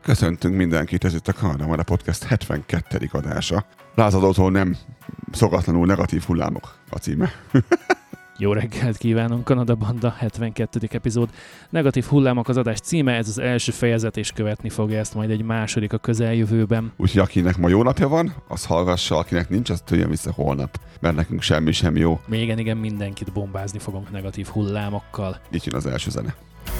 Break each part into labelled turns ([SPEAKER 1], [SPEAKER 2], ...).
[SPEAKER 1] Köszöntünk mindenkit, ez itt a Kanada Podcast 72. adása. Lázadótól nem szokatlanul negatív hullámok a címe.
[SPEAKER 2] Jó reggelt kívánunk, Kanada Banda 72. epizód. Negatív hullámok az adás címe, ez az első fejezet, és követni fogja ezt majd egy második a közeljövőben.
[SPEAKER 1] Úgyhogy akinek ma jó napja van, az hallgassa, akinek nincs, az tűnjön vissza holnap, mert nekünk semmi sem jó.
[SPEAKER 2] Még igen, mindenkit bombázni fogunk negatív hullámokkal.
[SPEAKER 1] Itt jön az első zene.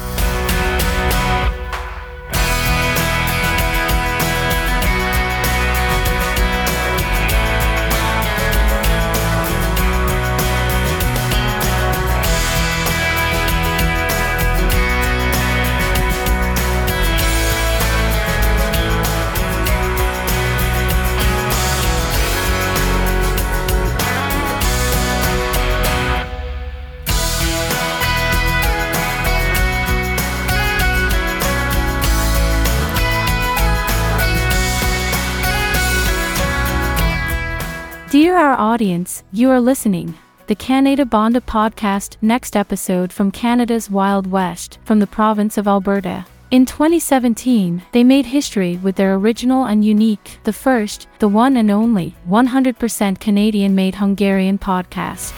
[SPEAKER 3] Dear our audience, you are listening. The Canada Bonda podcast, next episode from Canada's Wild West, from the province of Alberta. In 2017, they made history with their original and unique, the first, the one and only, 100% Canadian-made Hungarian podcast.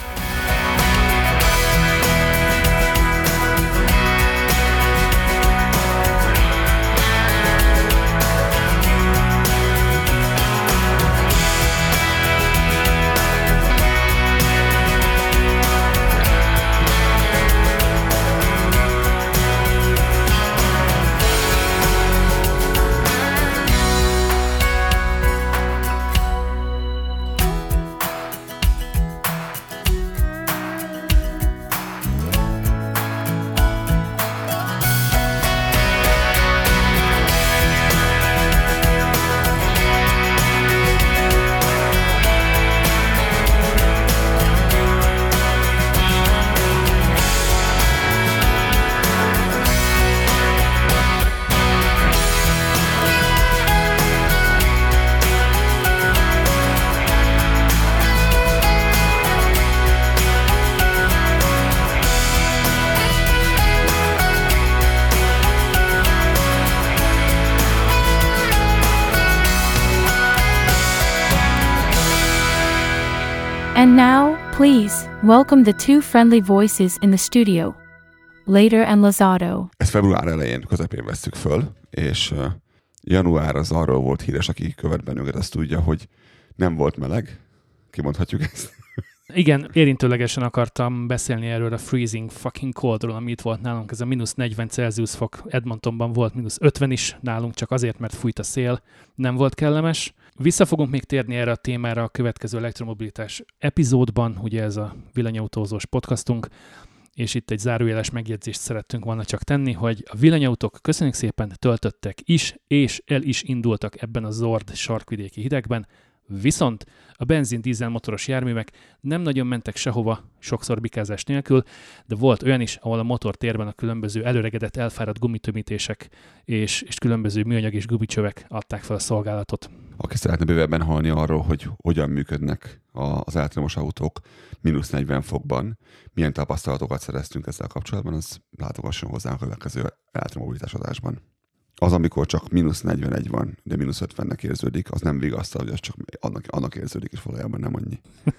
[SPEAKER 3] And now, please, welcome the two friendly voices in the studio, Later and Lazado.
[SPEAKER 1] Ezt február elején, közepén vesszük föl, és január az arról volt híres, aki követ bennünket, azt tudja, hogy nem volt meleg. Kimondhatjuk ezt?
[SPEAKER 2] Igen, érintőlegesen akartam beszélni erről a freezing fucking coldról, ami itt volt nálunk. Ez a mínusz 40 Celsius fok, Edmontonban volt mínusz 50 is nálunk, csak azért, mert fújt a szél, nem volt kellemes. Vissza fogunk még térni erre a témára a következő elektromobilitás epizódban, ugye ez a villanyautózós podcastunk, és itt egy zárójeles megjegyzést szerettünk volna csak tenni, hogy a villanyautók köszönjük szépen töltöttek is, és el is indultak ebben a zord sarkvidéki hidegben, viszont a benzin-dízel motoros járművek nem nagyon mentek sehova, sokszor bikázás nélkül, de volt olyan is, ahol a motortérben a különböző előregedett, elfáradt gumitömítések és különböző műanyag és gumicsövek adták fel a szolgálatot.
[SPEAKER 1] Aki szeretne bővebben hallani arról, hogy hogyan működnek az elektromos autók mínusz 40 fokban, milyen tapasztalatokat szereztünk ezzel kapcsolatban, az látogasson hozzá a következő elektromobilitás adásban. Az, amikor csak mínusz 41 van, de mínusz 50-nek érződik, az nem vigasztal, hogy az csak annak érződik, és valójában nem annyi.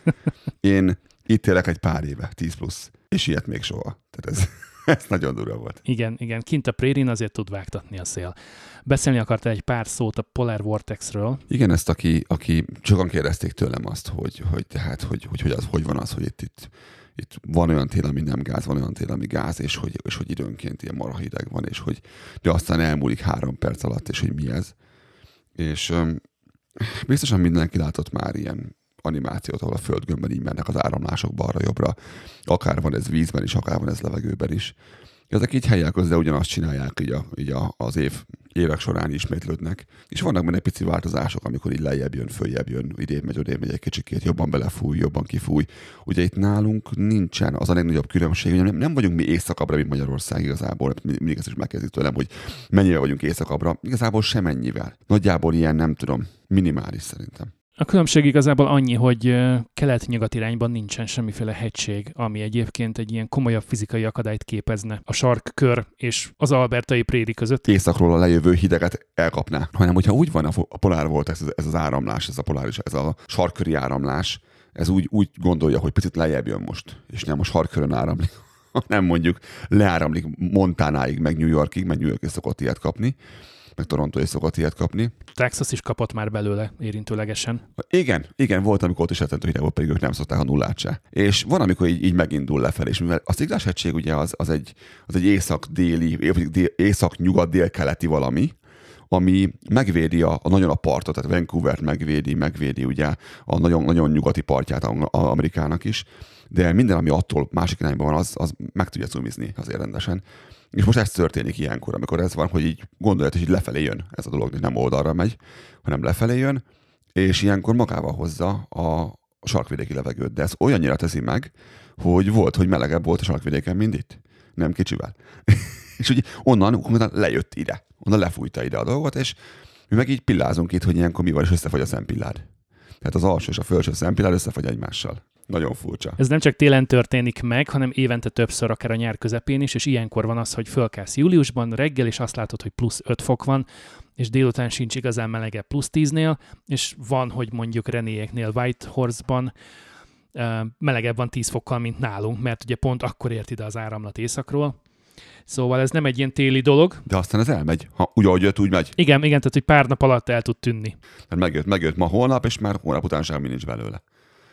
[SPEAKER 1] Én itt élek egy pár éve, 10 plusz, és ilyet még soha. Tehát ez nagyon durva volt.
[SPEAKER 2] Igen, kint a prérin azért tud vágtatni a szél. Beszélni akartál egy pár szót a Polar Vortexről.
[SPEAKER 1] Igen, ezt aki sokan kérdezték tőlem azt, hogy van az, hogy itt van olyan tél, ami nem gáz, van olyan tél, ami gáz, és hogy időnként ilyen marha hideg van, de aztán elmúlik 3 perc alatt, és hogy mi ez. És biztosan mindenki látott már ilyen animációt, ahol a földgömbben így mennek az áramlások balra-jobbra. Akár van ez vízben is, akár van ez levegőben is. Ezek így helyek közben ugyanazt csinálják így az évek során ismétlődnek. És vannak benne pici változások, amikor így lejjebb jön, följebb jön, idébb megy egy kicsikét, jobban belefúj, jobban kifúj. Ugye itt nálunk nincsen az a legnagyobb különbség, hogy nem vagyunk mi északabbra, mint Magyarország igazából. Mindig ezt is megkezdik tőlem, hogy mennyivel vagyunk északabbra. Igazából semennyivel. Nagyjából ilyen, nem tudom, minimális szerintem.
[SPEAKER 2] A különbség igazából annyi, hogy kelet-nyugat irányban nincsen semmiféle hegység, ami egyébként egy ilyen komolyabb fizikai akadályt képezne a sarkkör és az albertai préri között.
[SPEAKER 1] Északról a lejövő hideget elkapná. Hanem, hogyha úgy van a polar vortex, ez az áramlás, ez a sarkköri áramlás, ez úgy gondolja, hogy picit lejjebb jön most, és nem a sarkkörön áramlik, hanem mondjuk leáramlik Montanáig, meg New Yorkig, meg New York is szokott ilyet kapni, meg Toronto is szokott ilyet kapni.
[SPEAKER 2] Texas is kapott már belőle érintőlegesen.
[SPEAKER 1] Igen, volt, amikor ott is rettentő hideg volt, pedig ők nem szokták a nullát se. És van, amikor így megindul lefelé, és mivel a Sziklás-hegység ugye az egy észak-déli, észak-nyugat-dél-keleti valami, ami megvédi nagyon a partot, tehát Vancouvert megvédi ugye a nagyon nyugati partját Amerikának is, de minden, ami attól másik irányban van, az meg tudja cumizni azért rendesen. És most ez történik ilyenkor, amikor ez van, hogy így gondolod, hogy így lefelé jön ez a dolog, nem oldalra megy, hanem lefelé jön, és ilyenkor magával hozza a sarkvidéki levegőt. De ez olyannyira teszi meg, hogy melegebb volt a sarkvidéken, mint itt. Nem kicsivel. És úgy onnan lejött ide. Onnan lefújta ide a dolgot, és mi meg így pillázunk itt, hogy ilyenkor mi van, és összefagy a szempillád. Tehát az alsó és a felső szempillád összefagy egymással. Nagyon furcsa.
[SPEAKER 2] Ez nem csak télen történik meg, hanem évente többször, akár a nyár közepén is, és ilyenkor van az, hogy fölkelsz júliusban reggel, és azt látod, hogy plusz 5 fok van, és délután sincs igazán melegebb plusz 10-nél, és van, hogy mondjuk Renéjéknél Whitehorse-ban melegebb van 10 fokkal, mint nálunk, mert ugye pont akkor ért ide az áramlat északról. Szóval ez nem egy ilyen téli dolog.
[SPEAKER 1] De aztán ez elmegy. Ha úgy, ahogy jött, úgy megy.
[SPEAKER 2] Igen, tehát hogy pár nap alatt el tud tűnni.
[SPEAKER 1] Megjött ma holnap, és már hónap után semmi nincs belőle.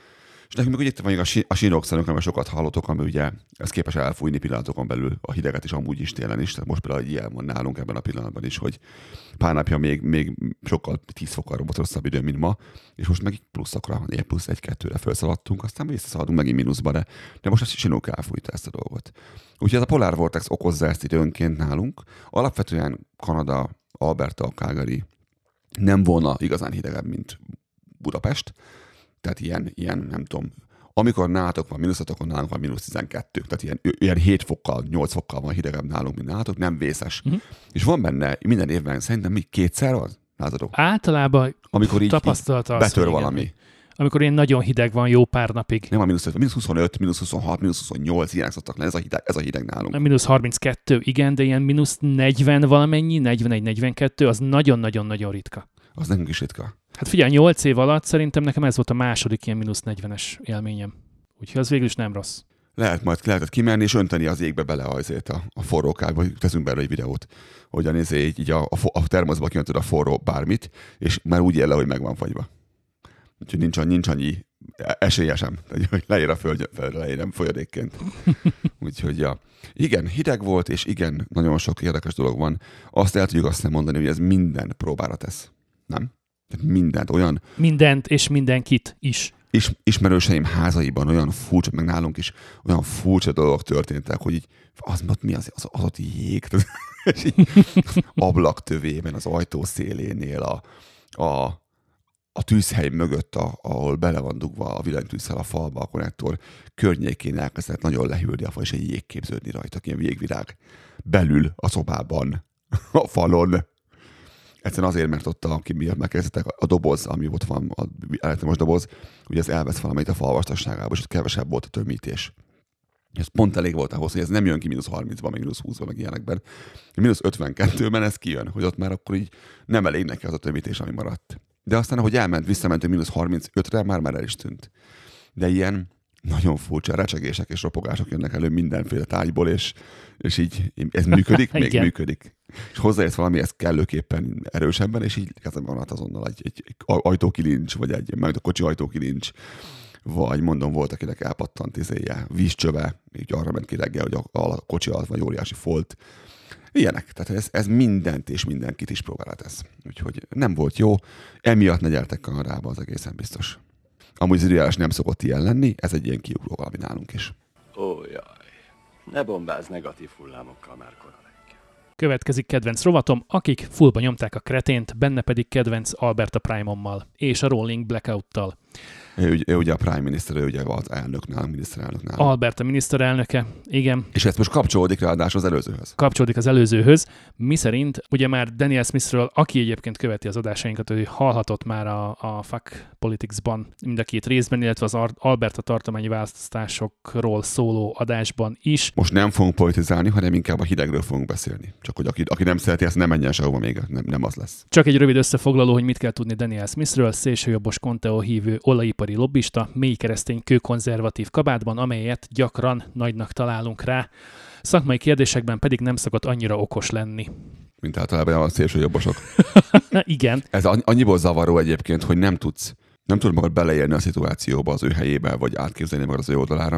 [SPEAKER 1] És nekünk meg itt van a sínoxanunk, mert sokat hallottok, ami ugye ez képes elfújni pillanatokon belül a hideget is, amúgy is télen is. Tehát most például egy ilyen van nálunk ebben a pillanatban is, hogy pár napja még sokkal 10 fokkal rosszabb idő, mint ma, és most meg pluszokra, plusz 1-2-re felszaladtunk, aztán visszaszaladunk megint mínuszba, de most a sinok elfújta ezt a dolgot. Úgyhogy ez a Polar Vortex okozza ezt időnként nálunk. Alapvetően Kanada, Alberta, Calgary nem volna igazán hidegebb, mint Budapest. Tehát ilyen, nem tudom, amikor nálatok van mínusz, akkor nálunk van mínusz 12. Tehát ilyen 7 fokkal, 8 fokkal van hidegebb nálunk, mint nálatok, nem vészes. Uh-huh. És van benne minden évben szerintem még 2-szer az nálatok.
[SPEAKER 2] Általában
[SPEAKER 1] amikor így
[SPEAKER 2] tapasztalata az,
[SPEAKER 1] betör valami. Igen.
[SPEAKER 2] Amikor ilyen nagyon hideg van jó pár napig.
[SPEAKER 1] Nem a mínusz 25, mínusz 26, mínusz 28, ilyenek szoktak lenni, ez a hideg nálunk.
[SPEAKER 2] A mínusz 32, igen, de ilyen mínusz 40 valamennyi, 41-42, az nagyon-nagyon-nagyon ritka.
[SPEAKER 1] Az nekünk is ritka.
[SPEAKER 2] Hát figyelj, 8 év alatt szerintem nekem ez volt a második ilyen mínusz 40-es élményem. Úgyhogy az végül is nem rossz.
[SPEAKER 1] Lehetett kimenni és önteni az égbe bele a forrókákba, teszünk belőle egy videót, hogyan így a termoszba kijöntöd a forró bármit, és már úgy él le, hogy meg van fagyva. Úgyhogy nincs annyi esélye sem, hogy leér a földre, nem folyadékként. Úgyhogy ja. Igen, hideg volt, és igen, nagyon sok érdekes dolog van. Azt el tudjuk azt mondani, hogy ez minden próbára tesz. Nem? Tehát mindent, olyan...
[SPEAKER 2] Mindent és mindenkit is.
[SPEAKER 1] Ismerőseim házaiban olyan furcsa, meg nálunk is olyan furcsa dolgok történtek, hogy így, mi az ott jég? És így ablaktövében, az ajtó szélénél, a tűzhely mögött, ahol bele van dugva a villanytűzszel a falba, a konnektor környékén elkezdett nagyon lehűlni a fal, és egy jég képződni rajta, ilyen jégvirág belül a szobában, a falon. Egyszerűen azért, mert ott, aki miatt megkezdtek a doboz, ami ott van, az elektromos doboz, ugye ez elvesz valamelyik a fal vastagságába, és ott kevesebb volt a tömítés. Ez pont elég volt ahhoz, hogy ez nem jön ki mínusz 30-ban, meg mínusz 20-ban, meg ilyenekben. Mínusz 52-ben ez kijön, hogy ott már akkor így nem elég neki az a tömítés, ami maradt. De aztán, ahogy visszamentünk mínusz 35-re, már el is tűnt. De ilyen nagyon furcsa recsegések és ropogások jönnek elő mindenféle tájból, és így ez működik, még működik. És hozzáérsz valamihez kellőképpen erősebben, és így kezemben van azonnal egy ajtókilincs, vagy meg a kocsi ajtókilincs, vagy mondom, volt, akinek elpattant vízcsöve, így arra ment ki reggel, hogy a kocsi alatt vagy óriási folt. Ilyenek. Tehát ez mindent és mindenkit is próbára tesz. Úgyhogy nem volt jó. Emiatt ne gyertek Kanadába, az egészen biztos. Amúgy az időjárás nem szokott ilyen lenni, ez egy ilyen kiugró valami nálunk is.
[SPEAKER 4] Ó, jaj. Ne bombázz negatív hullámokkal már korai.
[SPEAKER 2] Következik kedvenc rovatom, akik fullba nyomták a kretént, benne pedig kedvenc Alberta Prime-ommal és a Rolling Blackout-tal.
[SPEAKER 1] Ő ugye a prime minister, ő ugye az elnök nálunk, miniszterelnök nálunk.
[SPEAKER 2] Alberta miniszterelnöke, igen.
[SPEAKER 1] És ez most kapcsolódik ráadásul az előzőhöz.
[SPEAKER 2] Kapcsolódik az előzőhöz, miszerint ugye már Daniel Smithről, aki egyébként követi az adásainkat, ő hallhatott már a Fuck Politics-ban mind a két részben, illetve az Alberta tartományi választásokról szóló adásban is.
[SPEAKER 1] Most nem fogunk politizálni, hanem inkább a hidegről fogunk beszélni. Csak hogy aki nem szereti, ezt nem menjen sehova még, nem az lesz.
[SPEAKER 2] Csak egy rövid összefoglaló, hogy mit kell tudni Daniel Smithről, szélsőjobbos Conteo hívő olajipari lobbista, mély keresztény kőkonzervatív kabátban, amelyet gyakran nagynak találunk rá. Szakmai kérdésekben pedig nem szokott annyira okos lenni.
[SPEAKER 1] Mint általában a szélsőjobbosok.
[SPEAKER 2] Igen.
[SPEAKER 1] Ez annyiból zavaró egyébként, hogy nem tudod magad beleérni a szituációba az ő helyébe, vagy átképzelni magad az ő oldalára,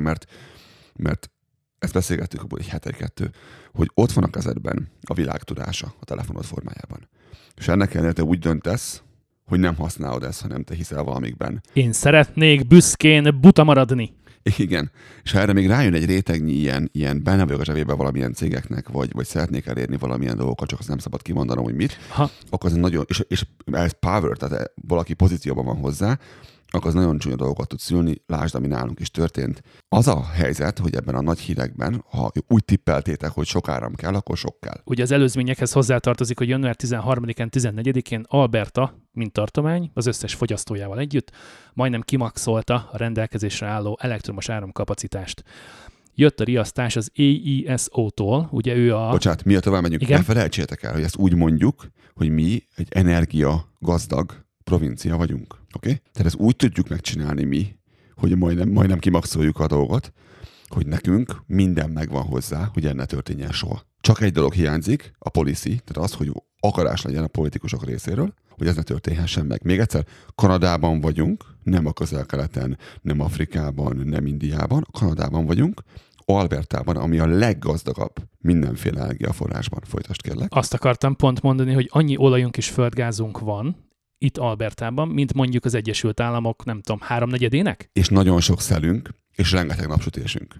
[SPEAKER 1] mert ezt beszélgettük abból egy hete-kettő, hogy ott van a kezedben a világ tudása a telefonod formájában. És ennek ellenére te úgy döntesz, hogy nem használod ezt, hanem te hiszel valamikben.
[SPEAKER 2] Én szeretnék büszkén buta maradni.
[SPEAKER 1] Igen. És ha erre még rájön egy rétegnyi ilyen benne vagyok a zsebében valamilyen cégeknek, vagy szeretnék elérni valamilyen dolgokat, csak azt nem szabad kimondanom, hogy mit, akkor az nagyon, és ez power, tehát valaki pozícióban van hozzá, akkor az nagyon csúnya dolgokat tud szülni, lásd, ami nálunk is történt. Az a helyzet, hogy ebben a nagy hidegben, ha úgy tippeltétek, hogy sok áram kell, akkor sok kell.
[SPEAKER 2] Ugye az előzményekhez hozzátartozik, hogy január 13-án, 14-én Alberta, mint tartomány, az összes fogyasztójával együtt, majdnem kimaxolta a rendelkezésre álló elektromos áramkapacitást. Jött a riasztás az AESO-tól, ugye ő a...
[SPEAKER 1] Bocsánat, miatt tovább megyünk, ne felejtsétek el, hogy ezt úgy mondjuk, hogy mi egy energiagazdag provincia vagyunk. Okay? Tehát ezt úgy tudjuk megcsinálni mi, hogy majdnem kimaxoljuk a dolgot, hogy nekünk minden megvan hozzá, hogy enne történjen soha. Csak egy dolog hiányzik, a policy, tehát az, hogy akarás legyen a politikusok részéről, hogy ez ne történhessen meg. Még egyszer, Kanadában vagyunk, nem a Közel-Keleten, nem Afrikában, nem Indiában, Kanadában vagyunk, Albertában, ami a leggazdagabb mindenféle energiaforrásban. Folytasd kérlek.
[SPEAKER 2] Azt akartam pont mondani, hogy annyi olajunk és földgázunk van, itt Albertában, mint mondjuk az Egyesült Államok, nem tudom, 3/4-ének?
[SPEAKER 1] És nagyon sok szelünk, és rengeteg napsütésünk.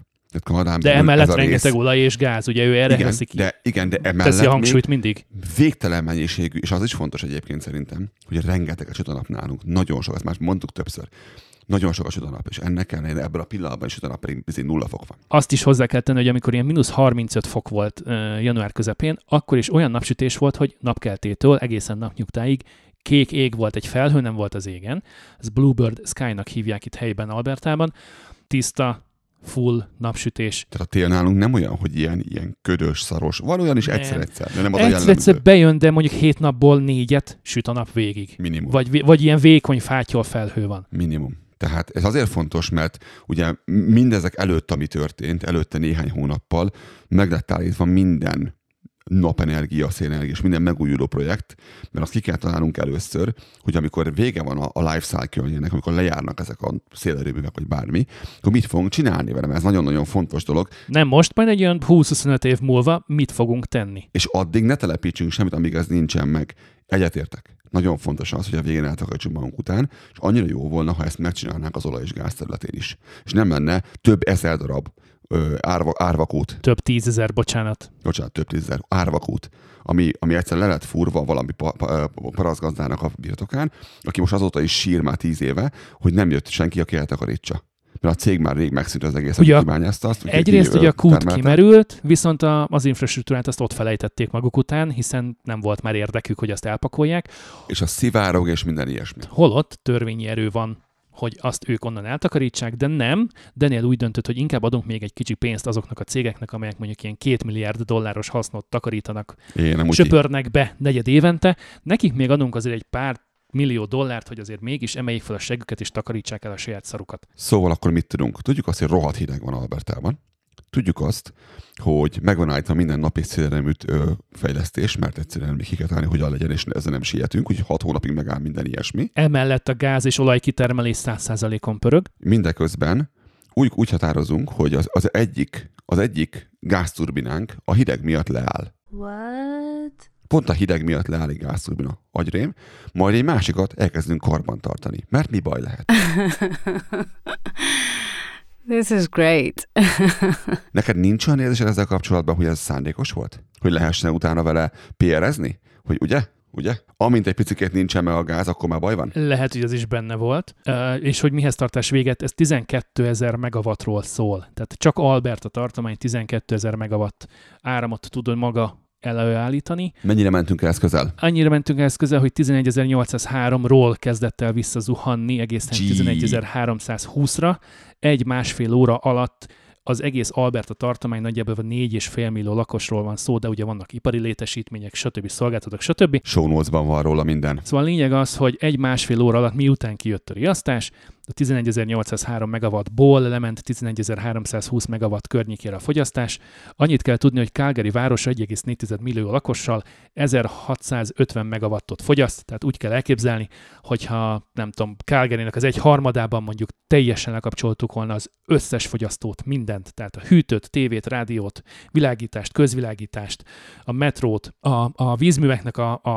[SPEAKER 2] De emellett rengeteg olaj és gáz, ugye ő erre veszi ki.
[SPEAKER 1] De emellett
[SPEAKER 2] teszi a hangsúlyt mindig.
[SPEAKER 1] Végtelen mennyiségű, és az is fontos egyébként szerintem, hogy rengeteg a süt a nap nálunk. Nagyon sok, ezt már mondtuk többször. Nagyon sok a süt a nap, és ennek ellenére ebből a pillanatban is süt a nap pedig 0 fok van.
[SPEAKER 2] Azt is hozzá kell tenni, hogy amikor ilyen -35 fok volt január közepén, akkor is olyan napsütés volt, hogy napkeltétől egészen napnyugtáig kék ég volt, egy felhő nem volt az égen. Ez Bluebird Sky-nak hívják itt helyben Albertában. Tiszta, full napsütés.
[SPEAKER 1] Tehát a tél nálunk nem olyan, hogy ilyen ködös, szaros. Van olyan is egyszer-egyszer. De nem az
[SPEAKER 2] egyszer bejön, de mondjuk 7 napból 4-et süt a nap végig.
[SPEAKER 1] Minimum.
[SPEAKER 2] Vagy ilyen vékony fátyol felhő van.
[SPEAKER 1] Minimum. Tehát ez azért fontos, mert ugye mindezek előtt, ami történt, előtte néhány hónappal meg lett állítva minden napenergia, szélenergia és minden megújuló projekt, mert azt ki kell találnunk először, hogy amikor vége van a life cycle-jének, amikor lejárnak ezek a szélerőművek, vagy bármi, akkor mit fogunk csinálni vele, mert ez nagyon-nagyon fontos dolog.
[SPEAKER 2] Nem most, majd egy olyan 20-25 év múlva mit fogunk tenni.
[SPEAKER 1] És addig ne telepítsünk semmit, amíg ez nincsen meg. Egyetértek. Nagyon fontos az, hogy a végén eltakarítsunk magunk után, és annyira jó volna, ha ezt megcsinálnánk az olaj és gáz területén is. És nem lenne több ezer darab árvakút.
[SPEAKER 2] Több 10 000, bocsánat.
[SPEAKER 1] Bocsánat, több 10 000 árvakút, ami egyszer le lett fúrva valami parasztgazdának a birtokán, aki most azóta is sír már 10 éve, hogy nem jött senki, aki eltakarítsa. Mert a cég már rég megszűnt az egészet, hogy kibányázta azt.
[SPEAKER 2] Egyrészt ugye a kút kimerült, viszont az infrastruktúrát azt ott felejtették maguk után, hiszen nem volt már érdekük, hogy azt elpakolják.
[SPEAKER 1] És a szivárog és minden ilyesmi.
[SPEAKER 2] Holott törvényi erő van, hogy azt ők onnan eltakarítsák, de nem. Daniel úgy döntött, hogy inkább adunk még egy kicsi pénzt azoknak a cégeknek, amelyek mondjuk ilyen $2 milliárd hasznot takarítanak, söpörnek be negyed évente. Nekik még adunk azért egy pár millió dollárt, hogy azért mégis emeljék fel a seggüket és takarítsák el a saját szarukat.
[SPEAKER 1] Szóval akkor mit tudunk? Tudjuk azt, hogy rohadt hideg van Albertában. Tudjuk azt, hogy megvan állítva minden nap egy szélerőműt fejlesztés, mert egyszerűen még ki kell találni, hogyan legyen, és ezzel nem sietünk, úgyhogy 6 hónapig megáll minden ilyesmi.
[SPEAKER 2] Emellett a gáz és olaj kitermelés 100%-on pörög.
[SPEAKER 1] Mindeközben úgy határozunk, hogy az egyik gázturbinánk a hideg miatt leáll.
[SPEAKER 3] What?
[SPEAKER 1] Pont a hideg miatt leáll egy gázturbina, agyrém, majd egy másikat elkezdünk karbantartani. Mert mi baj lehet?
[SPEAKER 3] This is great.
[SPEAKER 1] Neked nincs olyan érzésed ezzel kapcsolatban, hogy ez szándékos volt? Hogy lehessen utána vele PR-ezni? Hogy ugye? ugye? Amint egy picikét nincsen meg a gáz, akkor már baj van?
[SPEAKER 2] Lehet, hogy ez is benne volt. És hogy mihez tartás véget, ez 12 000 megawattról szól. Tehát csak Alberta tartomány 12 000 megawatt áramot tud maga előállítani.
[SPEAKER 1] Mennyire mentünk ehhez közel?
[SPEAKER 2] Annyira mentünk ehhez közel, hogy 11.803-ról kezdett el visszazuhanni egészen 11.320-ra. 1-1,5 óra alatt az egész Alberta tartomány nagyjából 4,5 millió lakosról van szó, de ugye vannak ipari létesítmények, stb. Szolgáltatók, stb.
[SPEAKER 1] Show notes-ban van róla minden.
[SPEAKER 2] Szóval a lényeg az, hogy 1-1,5 óra alatt miután kijött a riasztás, a 11.803 megawattból lement 11.320 megawatt környékére a fogyasztás. Annyit kell tudni, hogy Calgary városa 1,4 millió lakossal 1650 megawattot fogyaszt, tehát úgy kell elképzelni, hogyha nem tudom, Calgarynek az 1/3-ában mondjuk teljesen lekapcsoltuk volna az összes fogyasztót, mindent, tehát a hűtőt, tévét, rádiót, világítást, közvilágítást, a metrót, a vízműveknek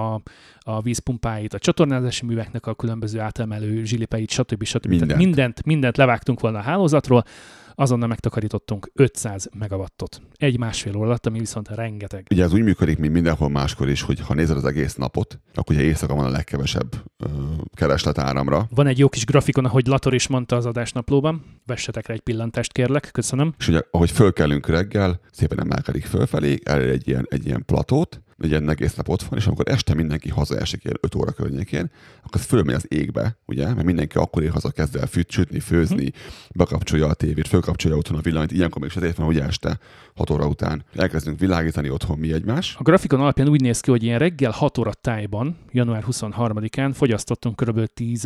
[SPEAKER 2] a vízpumpáit, a csatornázási műveknek a különböző átemelő zsilipeit, stb. Mindent levágtunk volna a hálózatról, azonnal megtakarítottunk 500 megawattot. 1-1,5 óra alatt, ami viszont rengeteg.
[SPEAKER 1] Ugye ez úgy működik, mint mindenhol máskor is, hogy ha nézed az egész napot, akkor ugye éjszaka van a legkevesebb kereslet áramra.
[SPEAKER 2] Van egy jó kis grafikon, ahogy Lator is mondta az adásnaplóban. Vessetek rá egy pillantást, kérlek. Köszönöm.
[SPEAKER 1] És ugye, ahogy fölkelünk reggel, szépen emelkedik fölfelé, elér egy ilyen platót, ugye egész nap ott van, és amikor este mindenki hazaesik ilyen 5 óra környékén, akkor ez fölmegy az égbe, ugye, mert mindenki akkor ér haza, kezd el sütni, főzni, bekapcsolja a tévét, fölkapcsolja otthon a villanyt, ilyenkor még sötét van, ugye este 6 óra után elkezdünk világítani otthon mi egymás.
[SPEAKER 2] A grafikon alapján úgy néz ki, hogy ilyen reggel 6 óra tájban, január 23-án fogyasztottunk kb.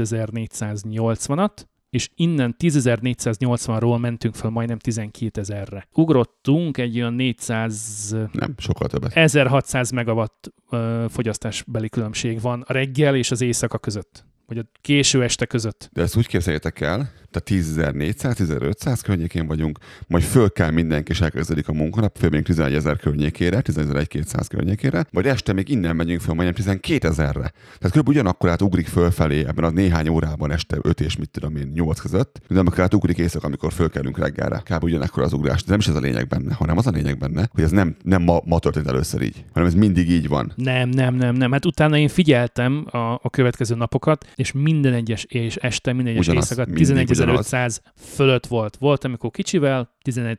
[SPEAKER 2] 10.480-at, és innen 10.480-ról mentünk fel majdnem 12.000-re. Ugrottunk egy olyan 400...
[SPEAKER 1] Nem, sokkal többet.
[SPEAKER 2] 1600 megawatt fogyasztásbeli különbség van a reggel és az éjszaka között, vagy a késő este között.
[SPEAKER 1] De ezt úgy képzeljétek el, tehát 10.400, 10.500 környékén vagyunk, majd föl kell mindenki, és elkezdődik a munkanap, fölmegyünk 11.000 környékére, 11.200 környékére, vagy este még innen megyünk föl majdnem 12.000-re. Tehát kb. Ugyanakkor ugrik fölfelé ebben a néhány órában este 5 és 8 között, de amikor ugrik éjszaka, amikor fölkelünk reggelre. Kb. Ugyanakkor az ugrás. De nem is ez a lényeg benne, hanem az a lényeg benne, hogy ez nem ma történt először így, hanem ez mindig így van.
[SPEAKER 2] Nem. Hát utána én figyeltem a következő napokat, és minden egyes este, minden egyes éjszaka 11.500 fölött volt. Volt, amikor kicsivel,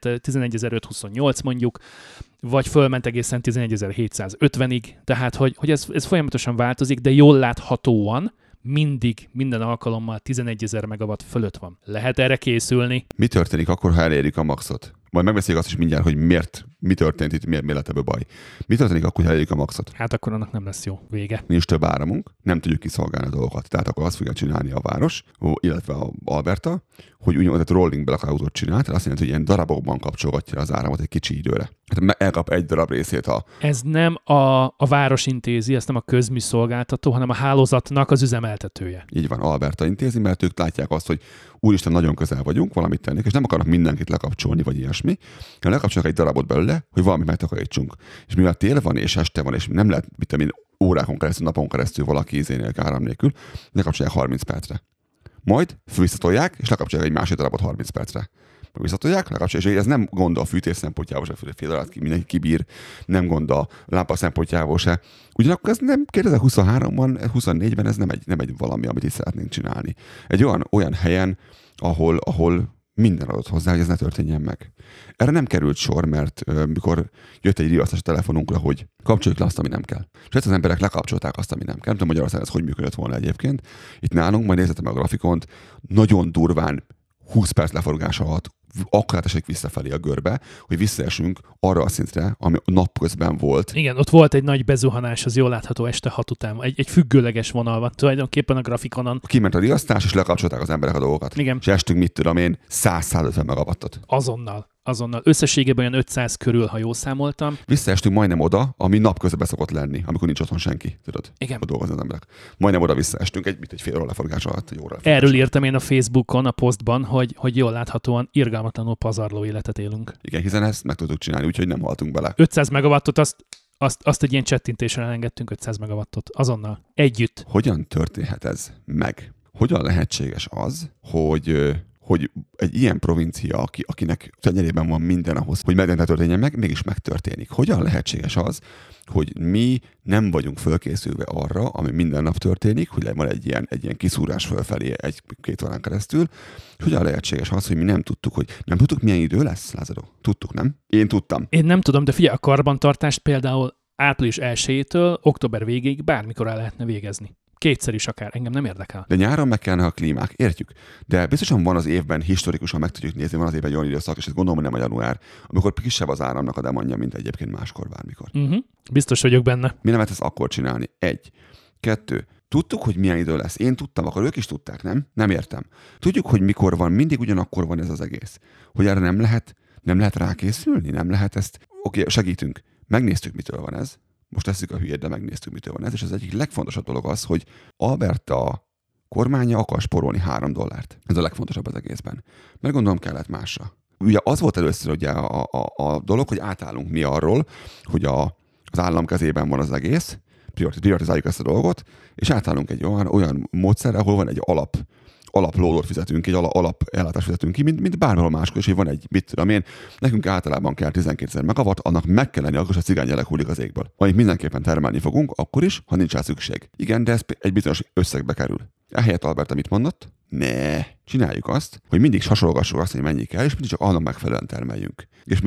[SPEAKER 2] 11.528 mondjuk, vagy fölment egészen 11.750-ig, tehát hogy ez folyamatosan változik, de jól láthatóan mindig, minden alkalommal 11.000 megawatt fölött van. Lehet erre készülni.
[SPEAKER 1] Mi történik akkor, ha elérjük a maxot? Majd megbeszéljük azt is mindjárt, hogy mi történt itt, miért lett ebből baj. Mi történik akkor, ha elérjük a maxot?
[SPEAKER 2] Hát akkor annak nem lesz jó vége.
[SPEAKER 1] Nincs több áramunk, nem tudjuk kiszolgálni a dolgokat. Tehát akkor azt fogja csinálni a város, illetve a Alberta, hogy úgynevezett rolling blackoutot csinál, tehát azt jelenti, hogy ilyen darabokban kapcsolgatja az áramot egy kicsi időre. Hát elkap egy darab részét
[SPEAKER 2] Ez nem a város intézi, ez nem a közműszolgáltató, hanem a hálózatnak az üzemeltetője.
[SPEAKER 1] Így van, Alberta intézi, mert ők látják azt, hogy úristen, nagyon közel vagyunk, valamit tennék, és nem akarnak mindenkit lekapcsolni, vagy ilyesmi, hanem lekapcsolnak egy darabot belőle, hogy valamit megtakarítsunk. És mivel tél van, és este van, és nem lehet, órákon keresztül, napon keresztül valaki izénél áram nélkül, lekapcsolják 30 percre. Majd visszatolják, és lekapcsolják egy másik darabot 30 percre. Meg visszatolják, lekapcsolják, és ez nem gond a fűtés szempontjából se, fél alatt mindenki kibír, nem gond a lámpa szempontjából se. Ugyanakkor ez nem 2023-ban, 24-ben ez nem egy valami, amit is szeretnénk csinálni. Egy olyan helyen, ahol minden adott hozzá, hogy ez ne történjen meg. Erre nem került sor, mert mikor jött egy riasztás a telefonunkra, hogy kapcsoljuk le azt, ami nem kell. És ezt az emberek lekapcsolták azt, ami nem kell. Nem tudom, Magyarországon ez hogy működött volna egyébként. Itt nálunk, majd nézzetem meg a grafikont, nagyon durván 20 perc leforgása alatt akkor átesik visszafelé a görbe, hogy visszaesünk arra a szintre, ami napközben volt.
[SPEAKER 2] Igen, ott volt egy nagy bezuhanás, az jól látható este 6 után. Egy függőleges vonal van tulajdonképpen a grafikonon.
[SPEAKER 1] Kiment a riasztás, és lekapcsolták az emberek a dolgokat.
[SPEAKER 2] Igen.
[SPEAKER 1] És estünk, mit tudom én, 100-150 megawattot.
[SPEAKER 2] Azonnal. Összességében olyan 500 körül, ha jól számoltam.
[SPEAKER 1] Visszaestünk majdnem oda, ami napközben szokott lenni, amikor nincs otthon senki, tudod?
[SPEAKER 2] Igen.
[SPEAKER 1] A dolgozni az emberek. Majdnem oda visszaestünk egy fél óra leforgás alatt, egy óra leforgás.
[SPEAKER 2] Erről írtam én a Facebookon, a posztban, hogy jól láthatóan irgalmatlanul pazarló életet élünk.
[SPEAKER 1] Igen, hiszen ezt meg tudtuk csinálni, úgyhogy nem haltunk bele.
[SPEAKER 2] 500 megawattot, azt egy ilyen csettintéssel elengedtünk, 500 megawattot. Azonnal. Együtt.
[SPEAKER 1] Hogyan történhet ez meg? Hogyan lehetséges az, hogy hogy egy ilyen provincia, akinek tenyerében van minden ahhoz, hogy ne történjen meg, mégis megtörténik. Hogyan lehetséges az, hogy mi nem vagyunk fölkészülve arra, ami minden nap történik, hogy van egy ilyen kiszúrás fölfelé egy-két órán keresztül. Hogyan lehetséges az, hogy mi nem tudtuk, milyen idő lesz, Lázaro? Tudtuk, nem? Én tudtam.
[SPEAKER 2] Én nem tudom, de figyelj, a karbantartást például április 1-től október végéig bármikor el lehetne végezni. Kétszer is akár, engem nem érdekel.
[SPEAKER 1] De nyáron meg kellene a klímák, értjük. De biztosan van az évben, historikusan meg tudjuk nézni, van az évben egy olyan időszak, és ezt gondolom, hogy nem a január, amikor kisebb az áramnak a demandja, mint egyébként máskor bármikor.
[SPEAKER 2] Biztos vagyok benne.
[SPEAKER 1] Mi nem lehet ezt akkor csinálni? 1. 2. Tudtuk, hogy milyen idő lesz. Én tudtam, akkor ők is tudták, nem? Nem értem. Tudjuk, hogy mikor van, mindig ugyanakkor van ez az egész. Hogy erre nem lehet rákészülni, nem lehet ezt. Oké, segítünk. Megnéztük, mitől van ez. Most tesszük a hülyét, de megnéztük, mitől van ez. És az egyik legfontosabb dolog az, hogy Alberta kormánya akar spórolni $3. Ez a legfontosabb az egészben. Mert gondolom kellett másra. Ugye az volt először ugye a dolog, hogy átállunk mi arról, hogy az állam kezében van az egész, prioritizáljuk ezt a dolgot, és átállunk egy olyan módszerre, ahol van egy alaplódot fizetünk, egy alapellátást fizetünk ki, mint bárhol máskor, és hogy van egy, mit tudom én, nekünk általában kell 12 megawatt, annak meg kell lenni, akkor a cigány gyerek hullik az égből. Amit mindenképpen termelni fogunk, akkor is, ha nincs rá szükség. Igen, de ez egy bizonyos összegbe kerül. Ehelyett Alberta mit mondott? Ne, csináljuk azt, hogy mindig hasonlgassuk azt, hogy mennyi kell, és mindig csak annak megfelelően termeljünk. És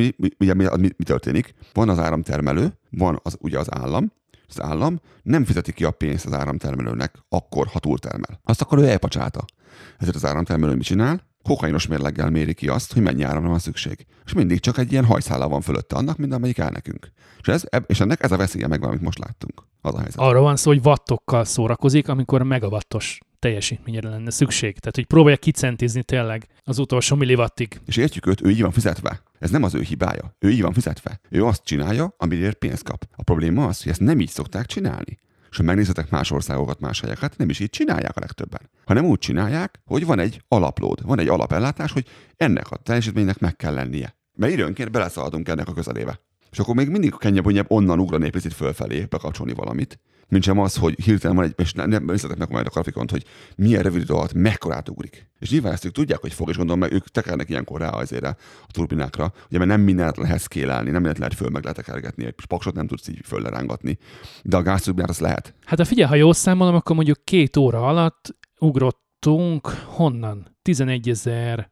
[SPEAKER 1] mi történik? Van az áramtermelő, van ugye az állam. Az állam nem fizeti ki a pénzt az áramtermelőnek akkor, ha túltermel. Azt akkor ő elpacsálta. Ezért az áramtermelő mit csinál? Kokainos mérleggel méri ki azt, hogy mennyi áramra van szükség. És mindig csak egy ilyen hajszállal van fölötte annak, mint amelyik áll nekünk. És ennek ez a veszélye megvan, amit most láttunk. Az a helyzet.
[SPEAKER 2] Arra van szó, hogy wattokkal szórakozik, amikor megawattos teljesítményre lenne szükség. Tehát, hogy próbálja kicentizni tényleg az utolsó milliwattig.
[SPEAKER 1] És értjük őt, ő így van fizetve. Ez nem az ő hibája. Ő így van fizetve. Ő azt csinálja, amiért pénzt kap. A probléma az, hogy ezt nem így szokták csinálni. És ha megnézzetek más országokat, más helyeket, nem is így csinálják a legtöbben. Hanem úgy csinálják, hogy van egy alaplód, van egy alapellátás, hogy ennek a teljesítménynek meg kell lennie. Mert időnként beleszaladunk ennek a közelébe. És akkor még mindig könnyebb onnan ugrani egy picit fölfelé, bekapcsolni valamit, mint sem az, hogy hirtelen van egy, és nem nézzetek meg majd a grafikont, hogy milyen rövid idő alatt mekkorát ugrik. És nyilván ezt ők tudják, hogy fog, és gondolom, mert ők tekernek ilyenkor rá azért a turbinákra, ugye, mert nem mindent lehet szkélálni, nem mindent lehet föl meg letekergetni, egy paksot nem tudsz így föllerángatni, de a gázturbinát azt lehet.
[SPEAKER 2] Hát ha figyelj, ha jól számolom, akkor mondjuk 2 óra alatt ugrottunk honnan? 11.500-ról